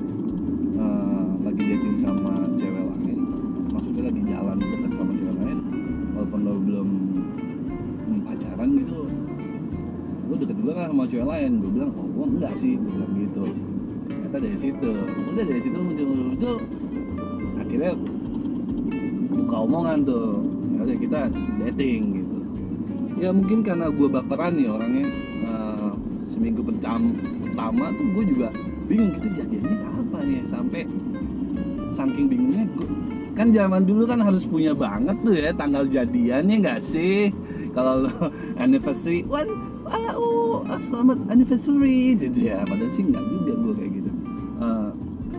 uh, lagi dating sama cewek lain, maksudnya lagi jalan dekat sama cewek lain, walaupun lo belum pacaran gitu, lu deket juga kan sama cewek lain? Gue bilang, oh gue enggak sih, gue bilang gitu. Ternyata dari situ, udah dari situ muncul-muncul, akhirnya buka omongan tuh, ya udah kita dating gitu. Ya mungkin karena gue baperan nih orangnya, uh, seminggu pertama pertama tuh gue juga bingung kita jadiannya apa nih, sampai saking bingungnya gue, kan zaman dulu kan harus punya banget tuh ya tanggal jadiannya nggak sih, kalau lo anniversary one, oh selamat anniversary gitu ya, padahal sih nggak juga gue kayak gitu. Uh,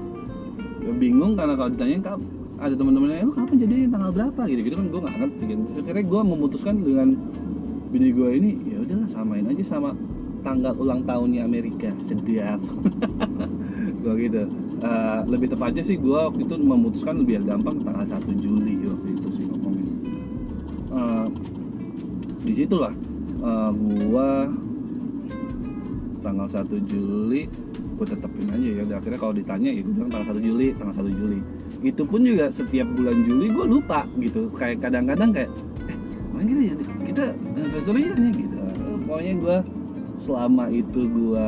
bingung karena kalau ditanya kap, ada teman-temannya, lo kapan jadinya tanggal berapa gitu gitu kan, gue nggak ngerti kan. Akhirnya gue memutuskan dengan bini gue ini, ya udahlah samain aja sama tanggal ulang tahunnya Amerika, sedap. Gue gitu. Uh, lebih tepatnya sih gue waktu itu memutuskan biar gampang tanggal satu Juli waktu itu sih ngomongnya. Uh, disitulah uh, gue tanggal satu Juli gue tetepin aja ya. Akhirnya kalau ditanya ya gue bilang tanggal satu Juli, tanggal satu Juli. Itu pun juga setiap bulan Juli gue lupa gitu. Kayak kadang-kadang kayak eh kita ya kita anniversary nih gitu. Pokoknya gue selama itu gue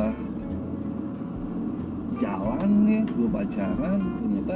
jalan nih, gue pacaran, ternyata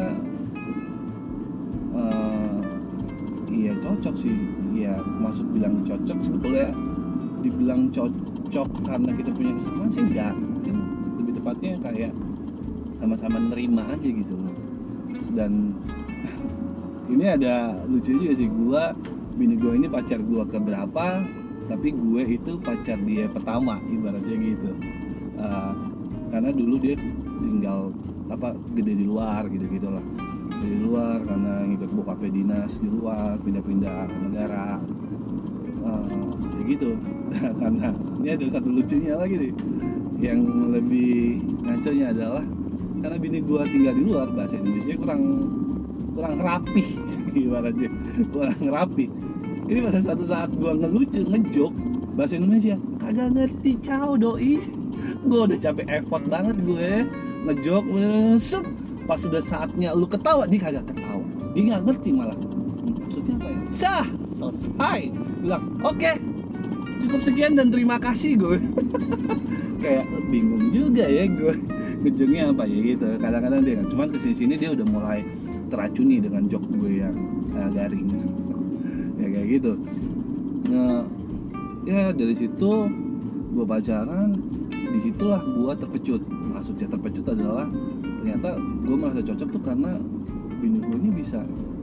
uh, iya cocok sih. Iya maksud bilang cocok, sebetulnya dibilang cocok karena kita punya kesamaan sih enggak, mungkin lebih tepatnya kayak sama-sama nerima aja gitu loh. Dan ini ada lucu juga sih, gue bini gue ini pacar gue keberapa, tapi gue itu pacar dia pertama ibaratnya gitu. Uh, karena dulu dia tinggal apa gede di luar gitu gitulah, di luar karena ngikut bokapnya dinas di luar, pindah-pindah negara, uh, ya gitu. Karena ini ada satu lucunya lagi nih, yang lebih ngaconya adalah karena bini gue tinggal di luar, bahasa Indonesia kurang kurang rapi ibaratnya, kurang rapi. Ini pada suatu saat gue ngelucu, ngejok bahasa Indonesia, kagak ngerti cow doi. Gue udah capek effort banget gue ngejok, set, pas sudah saatnya lu ketawa, dia kagak ketawa, dia nggak ngerti malah maksudnya apa ya. Sah, selesai, bilang oke, okay, cukup sekian dan terima kasih gue. Kayak bingung juga ya gue ngejoknya apa ya gitu. Kadang-kadang dia kan, cuman kesini-sini dia udah mulai teracuni dengan jok gue yang uh, garing. Ya kayak gitu. Nah, ya dari situ gue pacaran, disitulah gue terpecut. Maksudnya terpecut adalah ternyata gue merasa cocok tuh karena bini gue ini bisa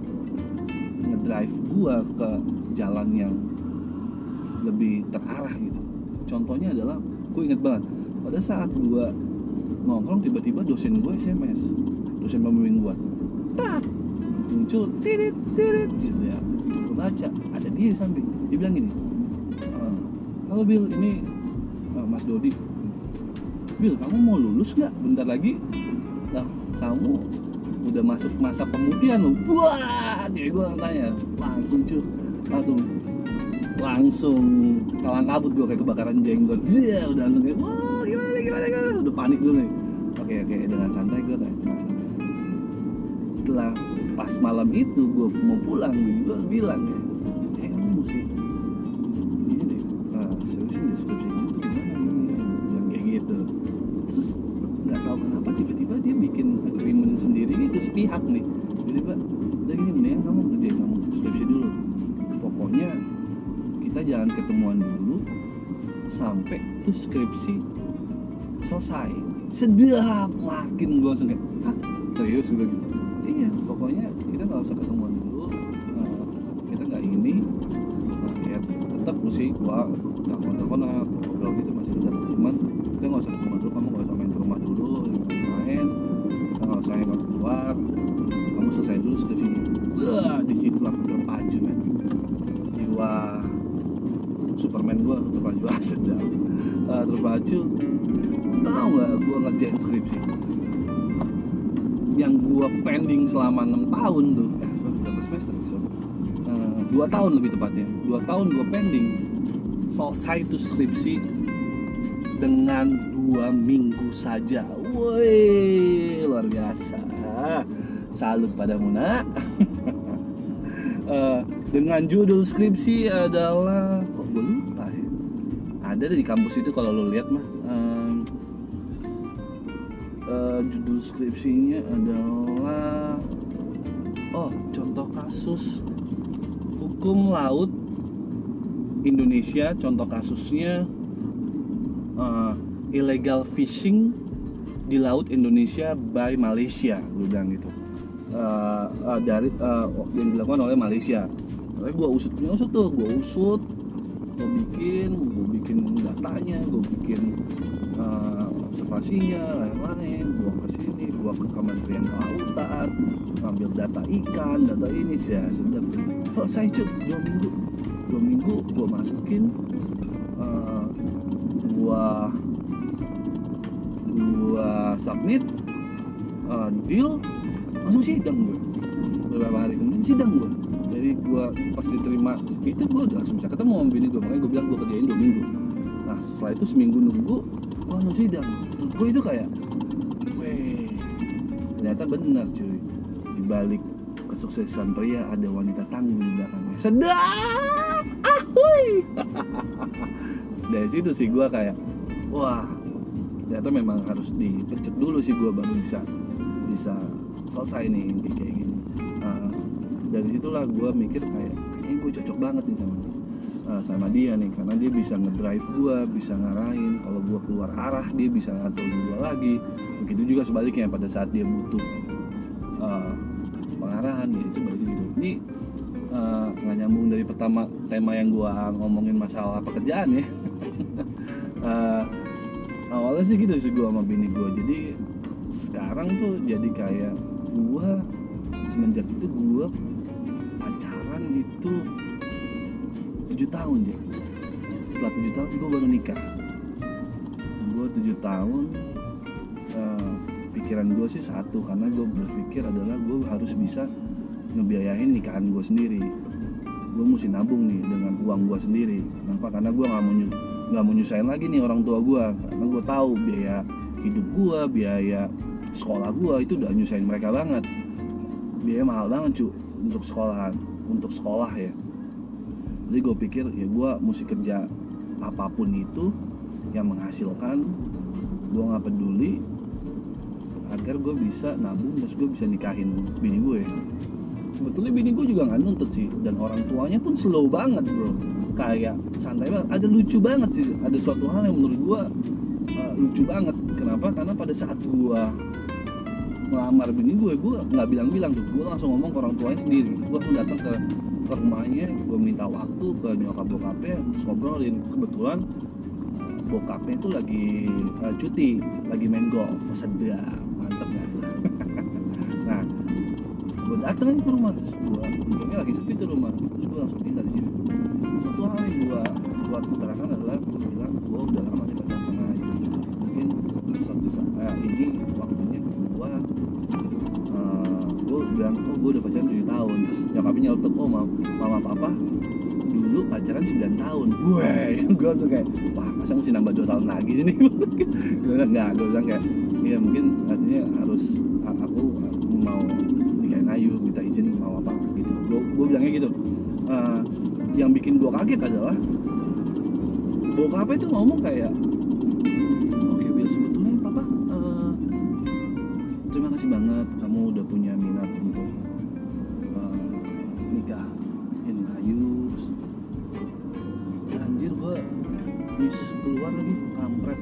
ngedrive gue ke jalan yang lebih terarah gitu. Contohnya adalah, gue inget banget pada saat gue nongkrong, tiba-tiba dosen gue S M S, dosen pembimbing gue, tak muncul, tirit tirit gitu ya. Gue baca, ada dia di samping, dia bilang gini, e, halo Bil, ini uh, Mas Dodi. Bil, kamu mau lulus nggak? Bentar lagi lah, kamu udah masuk masa pemutihan loh. Wah, dia gue tanya, langsung cuy, langsung langsung kalang kabut gue kayak kebakaran jenggot. Zia, udah langsung kayak, wah gimana gimana gimana, udah panik dulu nih. Oke oke, dengan santai gue tanya. Setelah pas malam itu gue mau pulang, gue bilang ya, eh kamu mesti ini deh, uh, solution description itu gimana tahu kenapa tiba-tiba dia bikin agreement sendiri itu sepihak nih. Tiba-tiba udah gini, mendingan kamu kerjain kamu skripsi dulu, pokoknya kita jangan ketemuan dulu sampai tuh skripsi selesai. Sedap, makin gue langsung kayak, hah serius gue gitu? Iya, pokoknya kita nggak usah ketemuan dulu, uh, kita nggak ini, nah, ya tetap mesti gue telepon-teleponan, ngobrol gitu masih tetap, cuman kita nggak usah ketemuan dulu, kamu nggak usah main ke rumah dulu, main, kita nggak usah yang keluar, kamu selesai dulu skripsi. Wah, disitulah terpacu men, jiwa Superman gue terpacu sedap, uh, terpacu. Tahu nggak gue ngerjain skripsi yang gue pending selama enam tahun tuh, eh sorry berapa semester sorry uh, dua tahun lebih tepatnya, dua tahun gue pending, selesai tuh skripsi dengan dua minggu saja. Woi luar biasa, salut padamu nak. uh, dengan judul skripsi adalah, kok gue lupa ya, ada di kampus itu kalau lo lihat mah. um, Uh, judul skripsinya adalah oh contoh kasus hukum laut Indonesia, contoh kasusnya uh, illegal fishing di laut Indonesia by Malaysia, gue bilang gitu, uh, uh, dari uh, yang dilakukan oleh Malaysia. Tapi gue usut punya usut tuh, gue usut, gue bikin, gue bikin datanya, gue bikin uh, observasinya, lain-lain, gua ke sini, gua ke Kementerian Kelautan, ngambil data ikan, data ini sih, ya, sedap. Selesai cuy, dua minggu, dua minggu gua masukin, uh, gua, gua submit, uh, deal, langsung sidang gua. Beberapa hari kemudian sidang gua. Jadi gua pas diterima itu gua udah langsung bisa ketemu sama bini gua, makanya gua bilang gua kerjain dua minggu. Nah setelah itu seminggu nunggu, wah langsung sidang. Gue itu kayak, weh, ternyata benar cuy, di balik kesuksesan pria ada wanita tangguh di belakangnya. Sedap, ahuy. Dari situ sih gue kayak, wah, ternyata memang harus dipecut dulu sih gue baru bisa bisa selesai nih kayak gini. Nah, dari situlah gue mikir kayak, kayaknya gue cocok banget nih sama sama dia nih, karena dia bisa ngedrive gue, bisa ngarahin. Kalau gue keluar arah dia bisa ngatur gue lagi. Begitu juga sebaliknya pada saat dia butuh uh, pengarahan, ya itu balik gitu. Ini nggak uh, nyambung dari pertama tema yang gue ngomongin masalah pekerjaan ya. uh, awalnya sih gitu sih gue sama bini gue. Jadi sekarang tuh jadi kayak gue semenjak itu gue pacaran itu tujuh tahun ya. Setelah tujuh tahun gue baru nikah. Gue tujuh tahun, uh, pikiran gue sih satu, karena gue berpikir adalah gue harus bisa ngebiayain nikahan gue sendiri. Gue mesti nabung nih dengan uang gue sendiri. Kenapa? Karena gue nggak mau nggak mau nyusahin lagi nih orang tua gue. Karena gue tahu biaya hidup gue, biaya sekolah gue itu udah nyusahin mereka banget. Biaya mahal banget cu untuk sekolahan, untuk sekolah ya. Jadi gue pikir ya gue mesti kerja apapun itu yang menghasilkan, gue nggak peduli, agar gue bisa nabung terus gue bisa nikahin bini gue. Sebetulnya bini gue juga nggak nuntut sih, dan orang tuanya pun slow banget bro, kayak santai banget. Ada lucu banget sih, ada suatu hal yang menurut gue uh, lucu banget. Kenapa? Karena pada saat gue melamar bini gue, gue nggak bilang-bilang tuh, gue langsung ngomong ke orang tuanya sendiri. Gue langsung datang ke ke rumahnya, gue minta waktu ke nyokap bokapnya, terus ngobrolin. Kebetulan bokapnya itu lagi uh, cuti, lagi main golf, sedap, mantep gak? Nah, gue dateng ke rumah, terus gue untungnya lagi sepi tuh rumah, terus gue langsung minta di sini. Satu hal yang gue buat utarakan adalah gue bilang gue udah lama nih pacaran sama Ayu, mungkin suatu saat eh, ini waktunya gue uh, gue bilang, oh gue udah pacaran tujuh tahun. Terus nyokapnya nyautek, oh mama, mama papa dulu pacaran sembilan tahun. Weh, gue langsung kayak, wah masa mesti nambah dua tahun lagi sih nih. Gue bilang enggak, gue bilang kayak, iya mungkin artinya harus aku, aku mau nikahin Ayu, minta izin sama papa gitu. Gue, gue bilangnya gitu. Uh, yang bikin gue kaget adalah bokapnya itu ngomong kayak, oke Bil, sebetulnya papa uh, bangsat.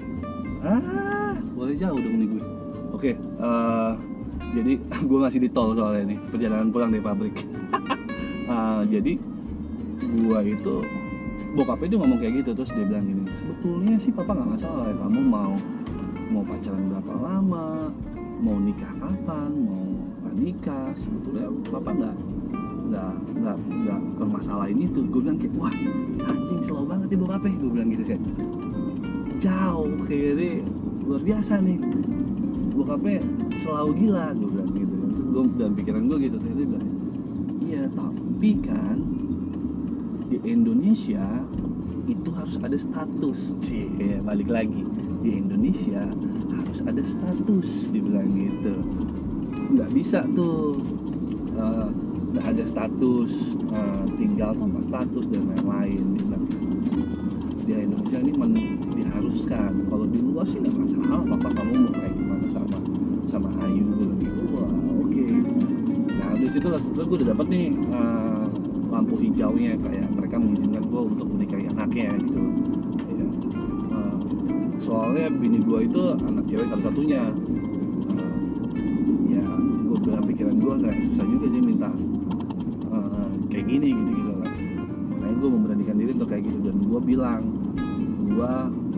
Ah, boleh jauh dong nih gue. Oke, uh, jadi gue masih di tol soalnya nih, perjalanan pulang dari pabrik. uh, jadi gue itu bokapnya itu ngomong kayak gitu, terus dia bilang gini, sebetulnya sih papa nggak masalah ya kamu mau mau pacaran berapa lama, mau nikah kapan, mau nggak nikah, sebetulnya papa nggak nggak nggak nggak permasalahin itu. Gue bilang kayak wah anjing slow banget ya bokapnya, gue bilang gitu kayak jauh kayaknya luar biasa nih bokapnya selalu gila, gue bilang gitu. Terus gue dalam pikiran gue gitu, terus dia bilang iya tapi kan di Indonesia itu harus ada status, cie balik lagi di Indonesia harus ada status, dibilang gitu. Nggak bisa tuh uh, nggak ada status, uh, tinggal tanpa status dan lain-lain, dibilang di Indonesia ini men, diharuskan. Kalau di luar sih nggak masalah, papa kamu mau kayak gimana sama sama Ayu, gue gitu. Wah oke okay. Nah di situ lah sebetulnya gue udah dapet nih uh, lampu hijaunya, kayak mereka mengizinkan gue untuk menikahi anaknya gitu ya. Uh, soalnya bini gue itu anak cewek satu-satunya. uh, ya gue dalam pikiran gue kayak susah juga sih minta uh, kayak gini gitu-gitu lah. Makanya gue memberanikan diri untuk kayak gitu, dan gue bilang gue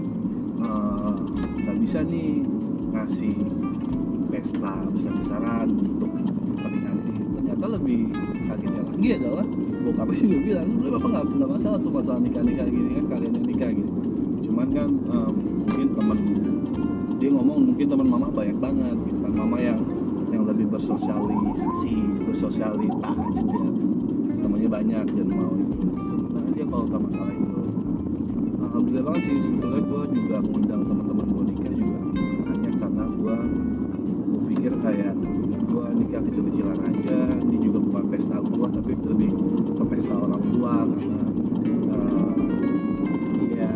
uh, gak bisa nih ngasih pesta besar-besaran untuk pernikahan ini. Ternyata lebih kagetnya lagi adalah bokapnya juga bilang sebenarnya bapak nggak nggak masalah tuh masalah nikah-nikah gini kan, kalian yang nikah gitu. Cuman kan um, mungkin teman dia ngomong mungkin teman mama banyak banget gitu kan, mama yang yang lebih bersosialisasi, bersosialitas gitu ya. Namanya banyak dan mau itu. Nah dia kalau nggak masalah itu, alhamdulillah banget sih sebetulnya. Gue juga ngundang teman-teman gue nikah juga hanya karena gue gue pikir kayak gue nikah kecil-kecilan aja, ini juga bukan pesta gue tapi lebih ke pesta orang tua, karena uh, ya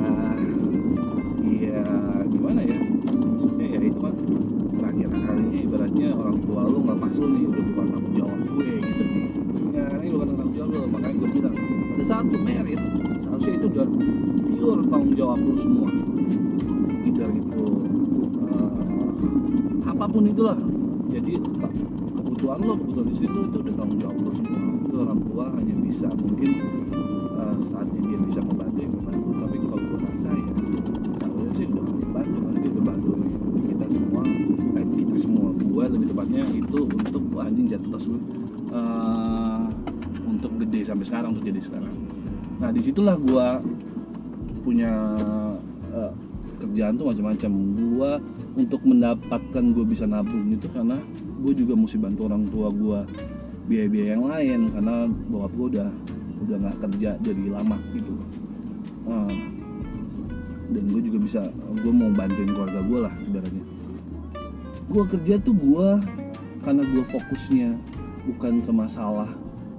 ya gimana ya, maksudnya ya itu kan terakhir kalinya ibaratnya orang tua lu ngelepas lu nih, udah bukan tanggung jawab gue gitu nih ya, ini bukan tanggung jawab lu. Makanya gue bilang pada saat lu merit seharusnya itu udah pure tanggung jawab lu semua, either itu uh, apapun itulah. Jadi kebutuhan lo, kebutuhan istri lo itu udah tanggung jawab lo semua. Itu orang tua hanya bisa mungkin uh, saatnya dia bisa membantu ya membantu, tapi kalau gue rasa ya seharusnya sih udah membantu, karena dia udah bantu kita semua, eh, kita semua, gue lebih tepatnya itu untuk anjing jatuh tas lu uh, untuk gede sampai sekarang, untuk jadi sekarang. Nah disitulah gue punya uh, kerjaan tuh macam-macam. Gue untuk mendapatkan gue bisa nabung itu karena gue juga mesti bantu orang tua gue biaya-biaya yang lain, karena bokap gue udah udah nggak kerja dari lama gitu. Uh, dan gue juga bisa, gue mau bantuin keluarga gue lah ibaratnya. Gue kerja tuh gue karena gue fokusnya bukan ke masalah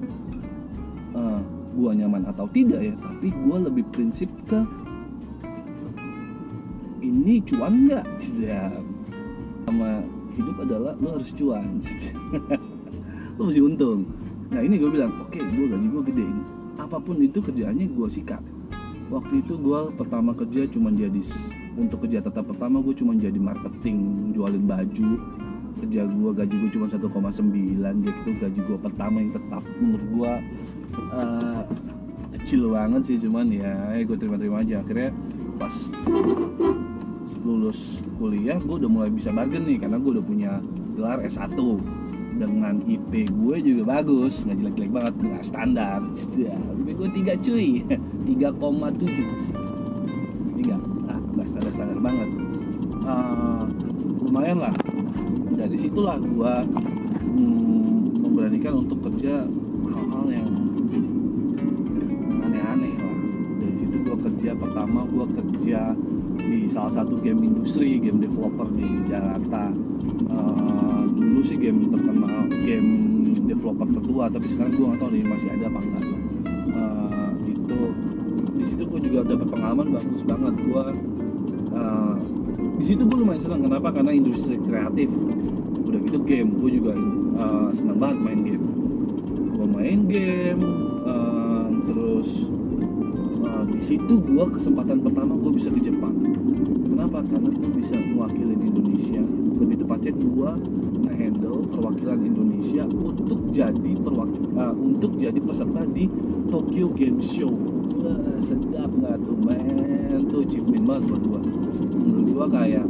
uh, gue nyaman atau tidak ya, tapi gue lebih prinsip ke ini cuan nggak, tidak sama hidup adalah lo harus cuan, lo mesti untung. Nah ini gue bilang oke okay, gue gaji gue gede, apapun itu kerjaannya gue sikat. Waktu itu gue pertama kerja cuma jadi, untuk kerja tetap pertama gue cuma jadi marketing, jualin baju. Kerja gue gaji gue cuma satu koma sembilan, jadi itu gaji gue pertama yang tetap menurut gue uh, kecil banget sih, cuman ya eh, gue terima-terima aja. Akhirnya pas lulus kuliah gue udah mulai bisa bargain nih, karena gue udah punya gelar S satu dengan I P gue juga bagus, nggak jelek-jelek banget, nggak standar ya, I P gue tiga cuy, tiga koma tujuh sih, tiga, nah nggak standar-standar banget. Uh, lumayan lah, dari situlah gue hmm, memberanikan untuk kerja hal-hal yang aneh-aneh lah. Dari situ gue kerja pertama, gue kerja di salah satu game industri, game developer di Jakarta. Uh, dulu sih game terkenal, game developer tertua, tapi sekarang gue nggak tahu nih masih ada apa enggak. Uh, itu di situ gue juga dapat pengalaman bagus banget. Gue uh, di situ gue lumayan senang. Kenapa? Karena industri kreatif. Udah gitu game, gue juga uh, senang banget main game. Gue main game, uh, terus uh, di situ gue kesempatan pertama gue bisa ke Jepang. mewakili Indonesia, lebih tepatnya gue nge-handle perwakilan Indonesia untuk jadi perwakil uh, untuk jadi peserta di Tokyo Game Show. Wah, sedap nggak tuh men, tuh achievement banget buat gue. Menurut gue kayak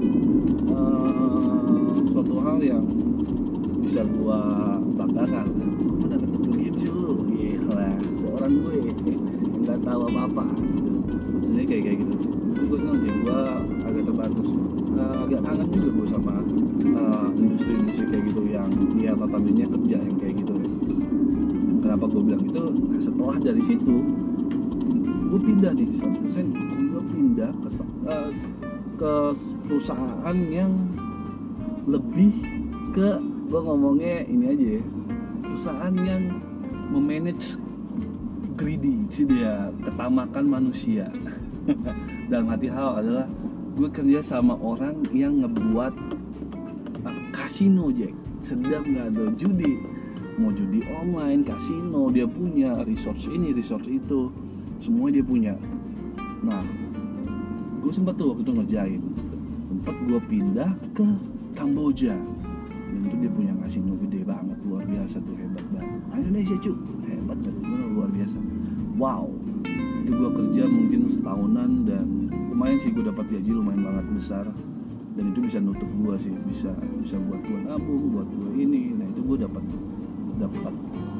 uh, suatu hal yang bisa gue banggakan. Gue dapet Tokyo Game Show lu, gila, seorang gue nggak tahu apa-apa gitu. Maksudnya kayak kayak gitu. Gue senang sih, gue agak terbantu, uh, agak kangen juga gue sama uh, industri-industri kayak gitu yang ya notabene kerja yang kayak gitu ya. Kenapa gue bilang itu? Nah, setelah dari situ gue pindah di seratus persen, gue pindah ke uh, ke perusahaan yang lebih ke, gue ngomongnya ini aja ya, perusahaan yang memanage greedy sih, dia ketamakan manusia. Dalam hati hal adalah gue kerja sama orang yang ngebuat uh, kasino, Jack. Sedap nggak ada judi, mau judi online, kasino dia punya, resource ini, resource itu, semua dia punya. Nah, gue sempat tuh waktu itu ngerjain, sempat gue pindah ke Kamboja, dan itu dia punya kasino gede banget, luar biasa tuh, hebat banget. Indonesia cu, hebat betul, luar biasa. Wow, itu gue kerja mungkin setahunan dan lumayan sih, gue dapat gaji lumayan banget besar, dan itu bisa nutup gue sih, bisa bisa buat gue nabung, buat gue ini. Nah itu gue dapat dapat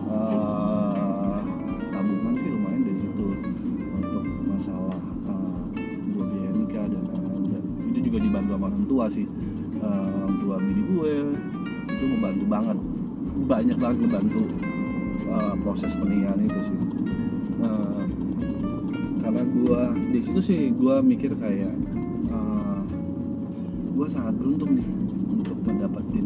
uh, tabungan sih lumayan dari situ untuk masalah uh, gue biaya nikah dan lain-lain, dan itu juga dibantu sama orang tua sih, uh, orang tua bini gue itu membantu banget, banyak banget ngebantu uh, proses pernikahan itu sih. Uh, karena gue di situ sih gue mikir kayak uh, gue sangat beruntung nih untuk mendapatkan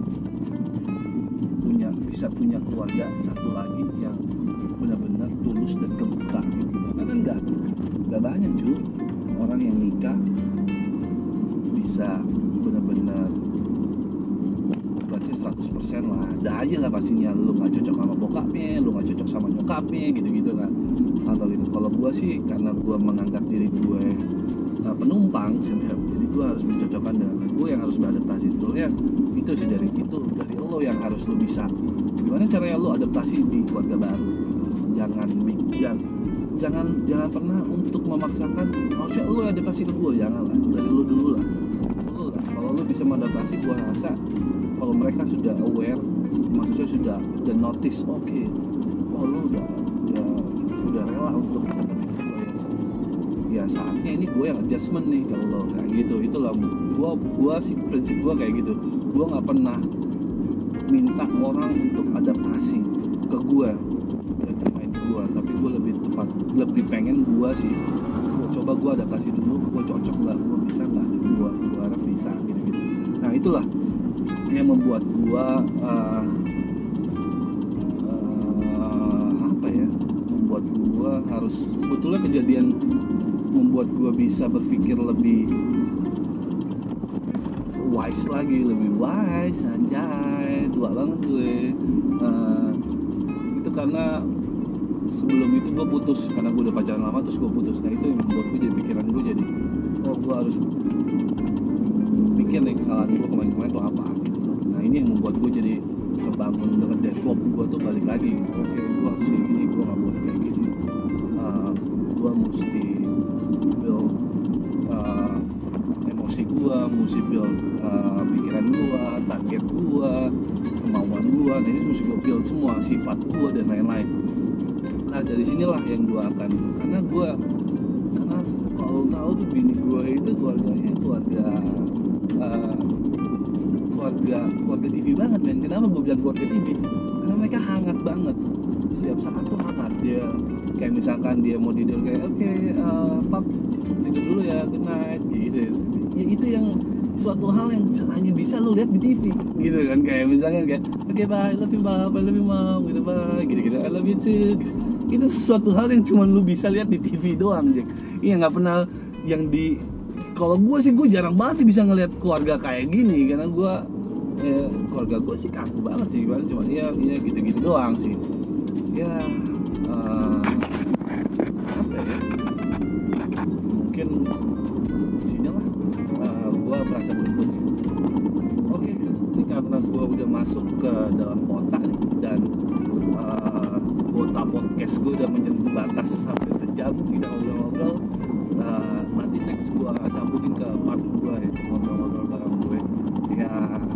punya bisa punya keluarga satu lagi yang benar-benar tulus dan kebuka gitu. Karena kan nggak nggak banyak cuy orang yang nikah bisa benar-benar berarti seratus persen lah, ada aja lah pastinya lu nggak cocok sama bokapnya, lu nggak cocok sama nyokapnya gitu-gitu kan, atau gitu. Kalau gue sih karena gue menganggap diri gue uh, penumpang sedap, jadi gue harus mencocokkan dengan gue yang harus beradaptasi. Sebetulnya itu sih dari itu dari lo yang harus lo bisa gimana caranya lo adaptasi di keluarga baru. Jangan jangan jangan jangan pernah untuk memaksakan harusnya lo adaptasi ke gue, jangan lah, dari lo dulu lah. Lo lah kalau lo bisa mengadaptasi, gue rasa kalau mereka sudah aware, maksudnya sudah udah notice, oke, okay, oh lo udah udah udah rela untuk adaptasi ke gue, ya, ya saatnya ini gue yang adjustment nih kalau lo kayak gitu. Itulah gue gue sih prinsip gue kayak gitu. Gue nggak pernah minta orang untuk adaptasi ke gue dan main gue, tapi gue lebih tepat lebih pengen gue sih gue coba gue adaptasi dulu, gue cocok nggak, gue bisa nggak, gue gue harap bisa gitu gitu. Nah itulah yang membuat gue uh, uh, apa ya membuat gue harus sebetulnya kejadian membuat gue bisa berpikir lebih wise lagi, lebih wise, anjay, tua banget gue. Uh, itu karena sebelum itu gue putus, karena gue udah pacaran lama terus gue putus. Nah itu yang membuat gue jadi pikiran gue jadi, oh gue harus pikir nih kesalahan gue kemarin-kemarin tuh apa gitu. Nah ini yang membuat gue jadi kebangun dengan develop gue tuh balik lagi. Oke, gue harus kayak gini, gue gak boleh kayak gini. Uh, gue mesti build uh, emosi gue, mesti build uh, pikiran gue, target gue, kemauan gue. Nah ini mesti gue build semua, sifat gue dan lain-lain. Nah dari sinilah yang gue akan, karena gue karena kalau tahu tuh bini gue itu keluarganya keluarga uh, keluarga keluarga T V banget men. Kenapa gue bilang keluarga T V? Karena mereka hangat banget, setiap saat tuh hangat. Dia kayak misalkan dia mau tidur kayak oke okay, uh, pap tidur dulu ya, good night gitu ya. Itu yang suatu hal yang hanya bisa lo lihat di T V gitu kan, kayak misalnya kayak oke okay, bye, I love you pap, I love you mom gitu, bye gitu gitu, I love you too gitu. Itu suatu hal yang cuma lu bisa lihat di T V doang, Jack. Iya, nggak pernah yang di. Kalau gue sih gue jarang banget bisa ngelihat keluarga kayak gini, karena gue ya, keluarga gue sih kaku banget sih, gimana cuma ya ya gitu-gitu doang sih. Ya uh, apa ya? Mungkin di sini lah uh, gue merasa beruntung karena gue udah masuk ke dalam kota nih, dan uh, kuota podcast gue udah menyentuh batas sampai sejam tidak ngobrol-ngobrol. Uh, nanti next gue sambungin ke part gue ya, ngobrol-ngobrol bareng gue ya.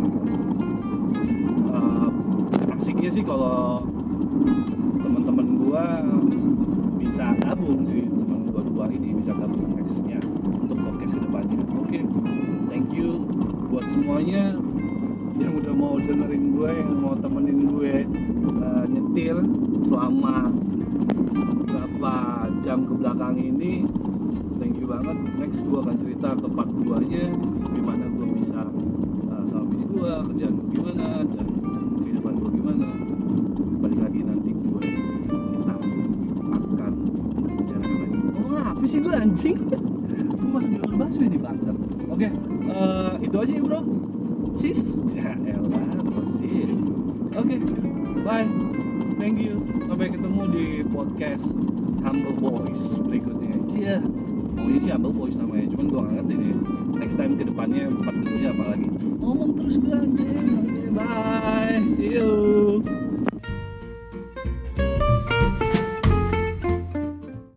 Uh, asiknya sih kalau teman-teman gue bisa gabung sih, teman gue dua ini bisa gabung nextnya untuk podcast kedepannya. Oke, okay. Thank you buat semuanya yang udah mau dengerin gue, yang mau temenin gue uh, nyetir selama beberapa jam ke belakang ini. Thank you banget. Next gue akan cerita ke part dua nya, gimana gue bisa uh, sama bini gue, kerjaan gue gimana, dan kehidupan gue gimana. Balik lagi nanti gue kita akan bicarakan lagi. Oh apa sih gue anjing? Gue masuk jalur busway di bangsat. Oke, okay, uh, itu aja ya bro. Sis, ya elah bro sis. Oke, okay, bye. Thank you. Sampai ketemu di podcast Humble Boys berikutnya. Cia, maunya sih Humble Boys namanya, cuman gue nggak ngerti nih. Next time kedepannya part keduanya apa lagi? Ngomong terus gue anjing. Oke, okay, bye. See you.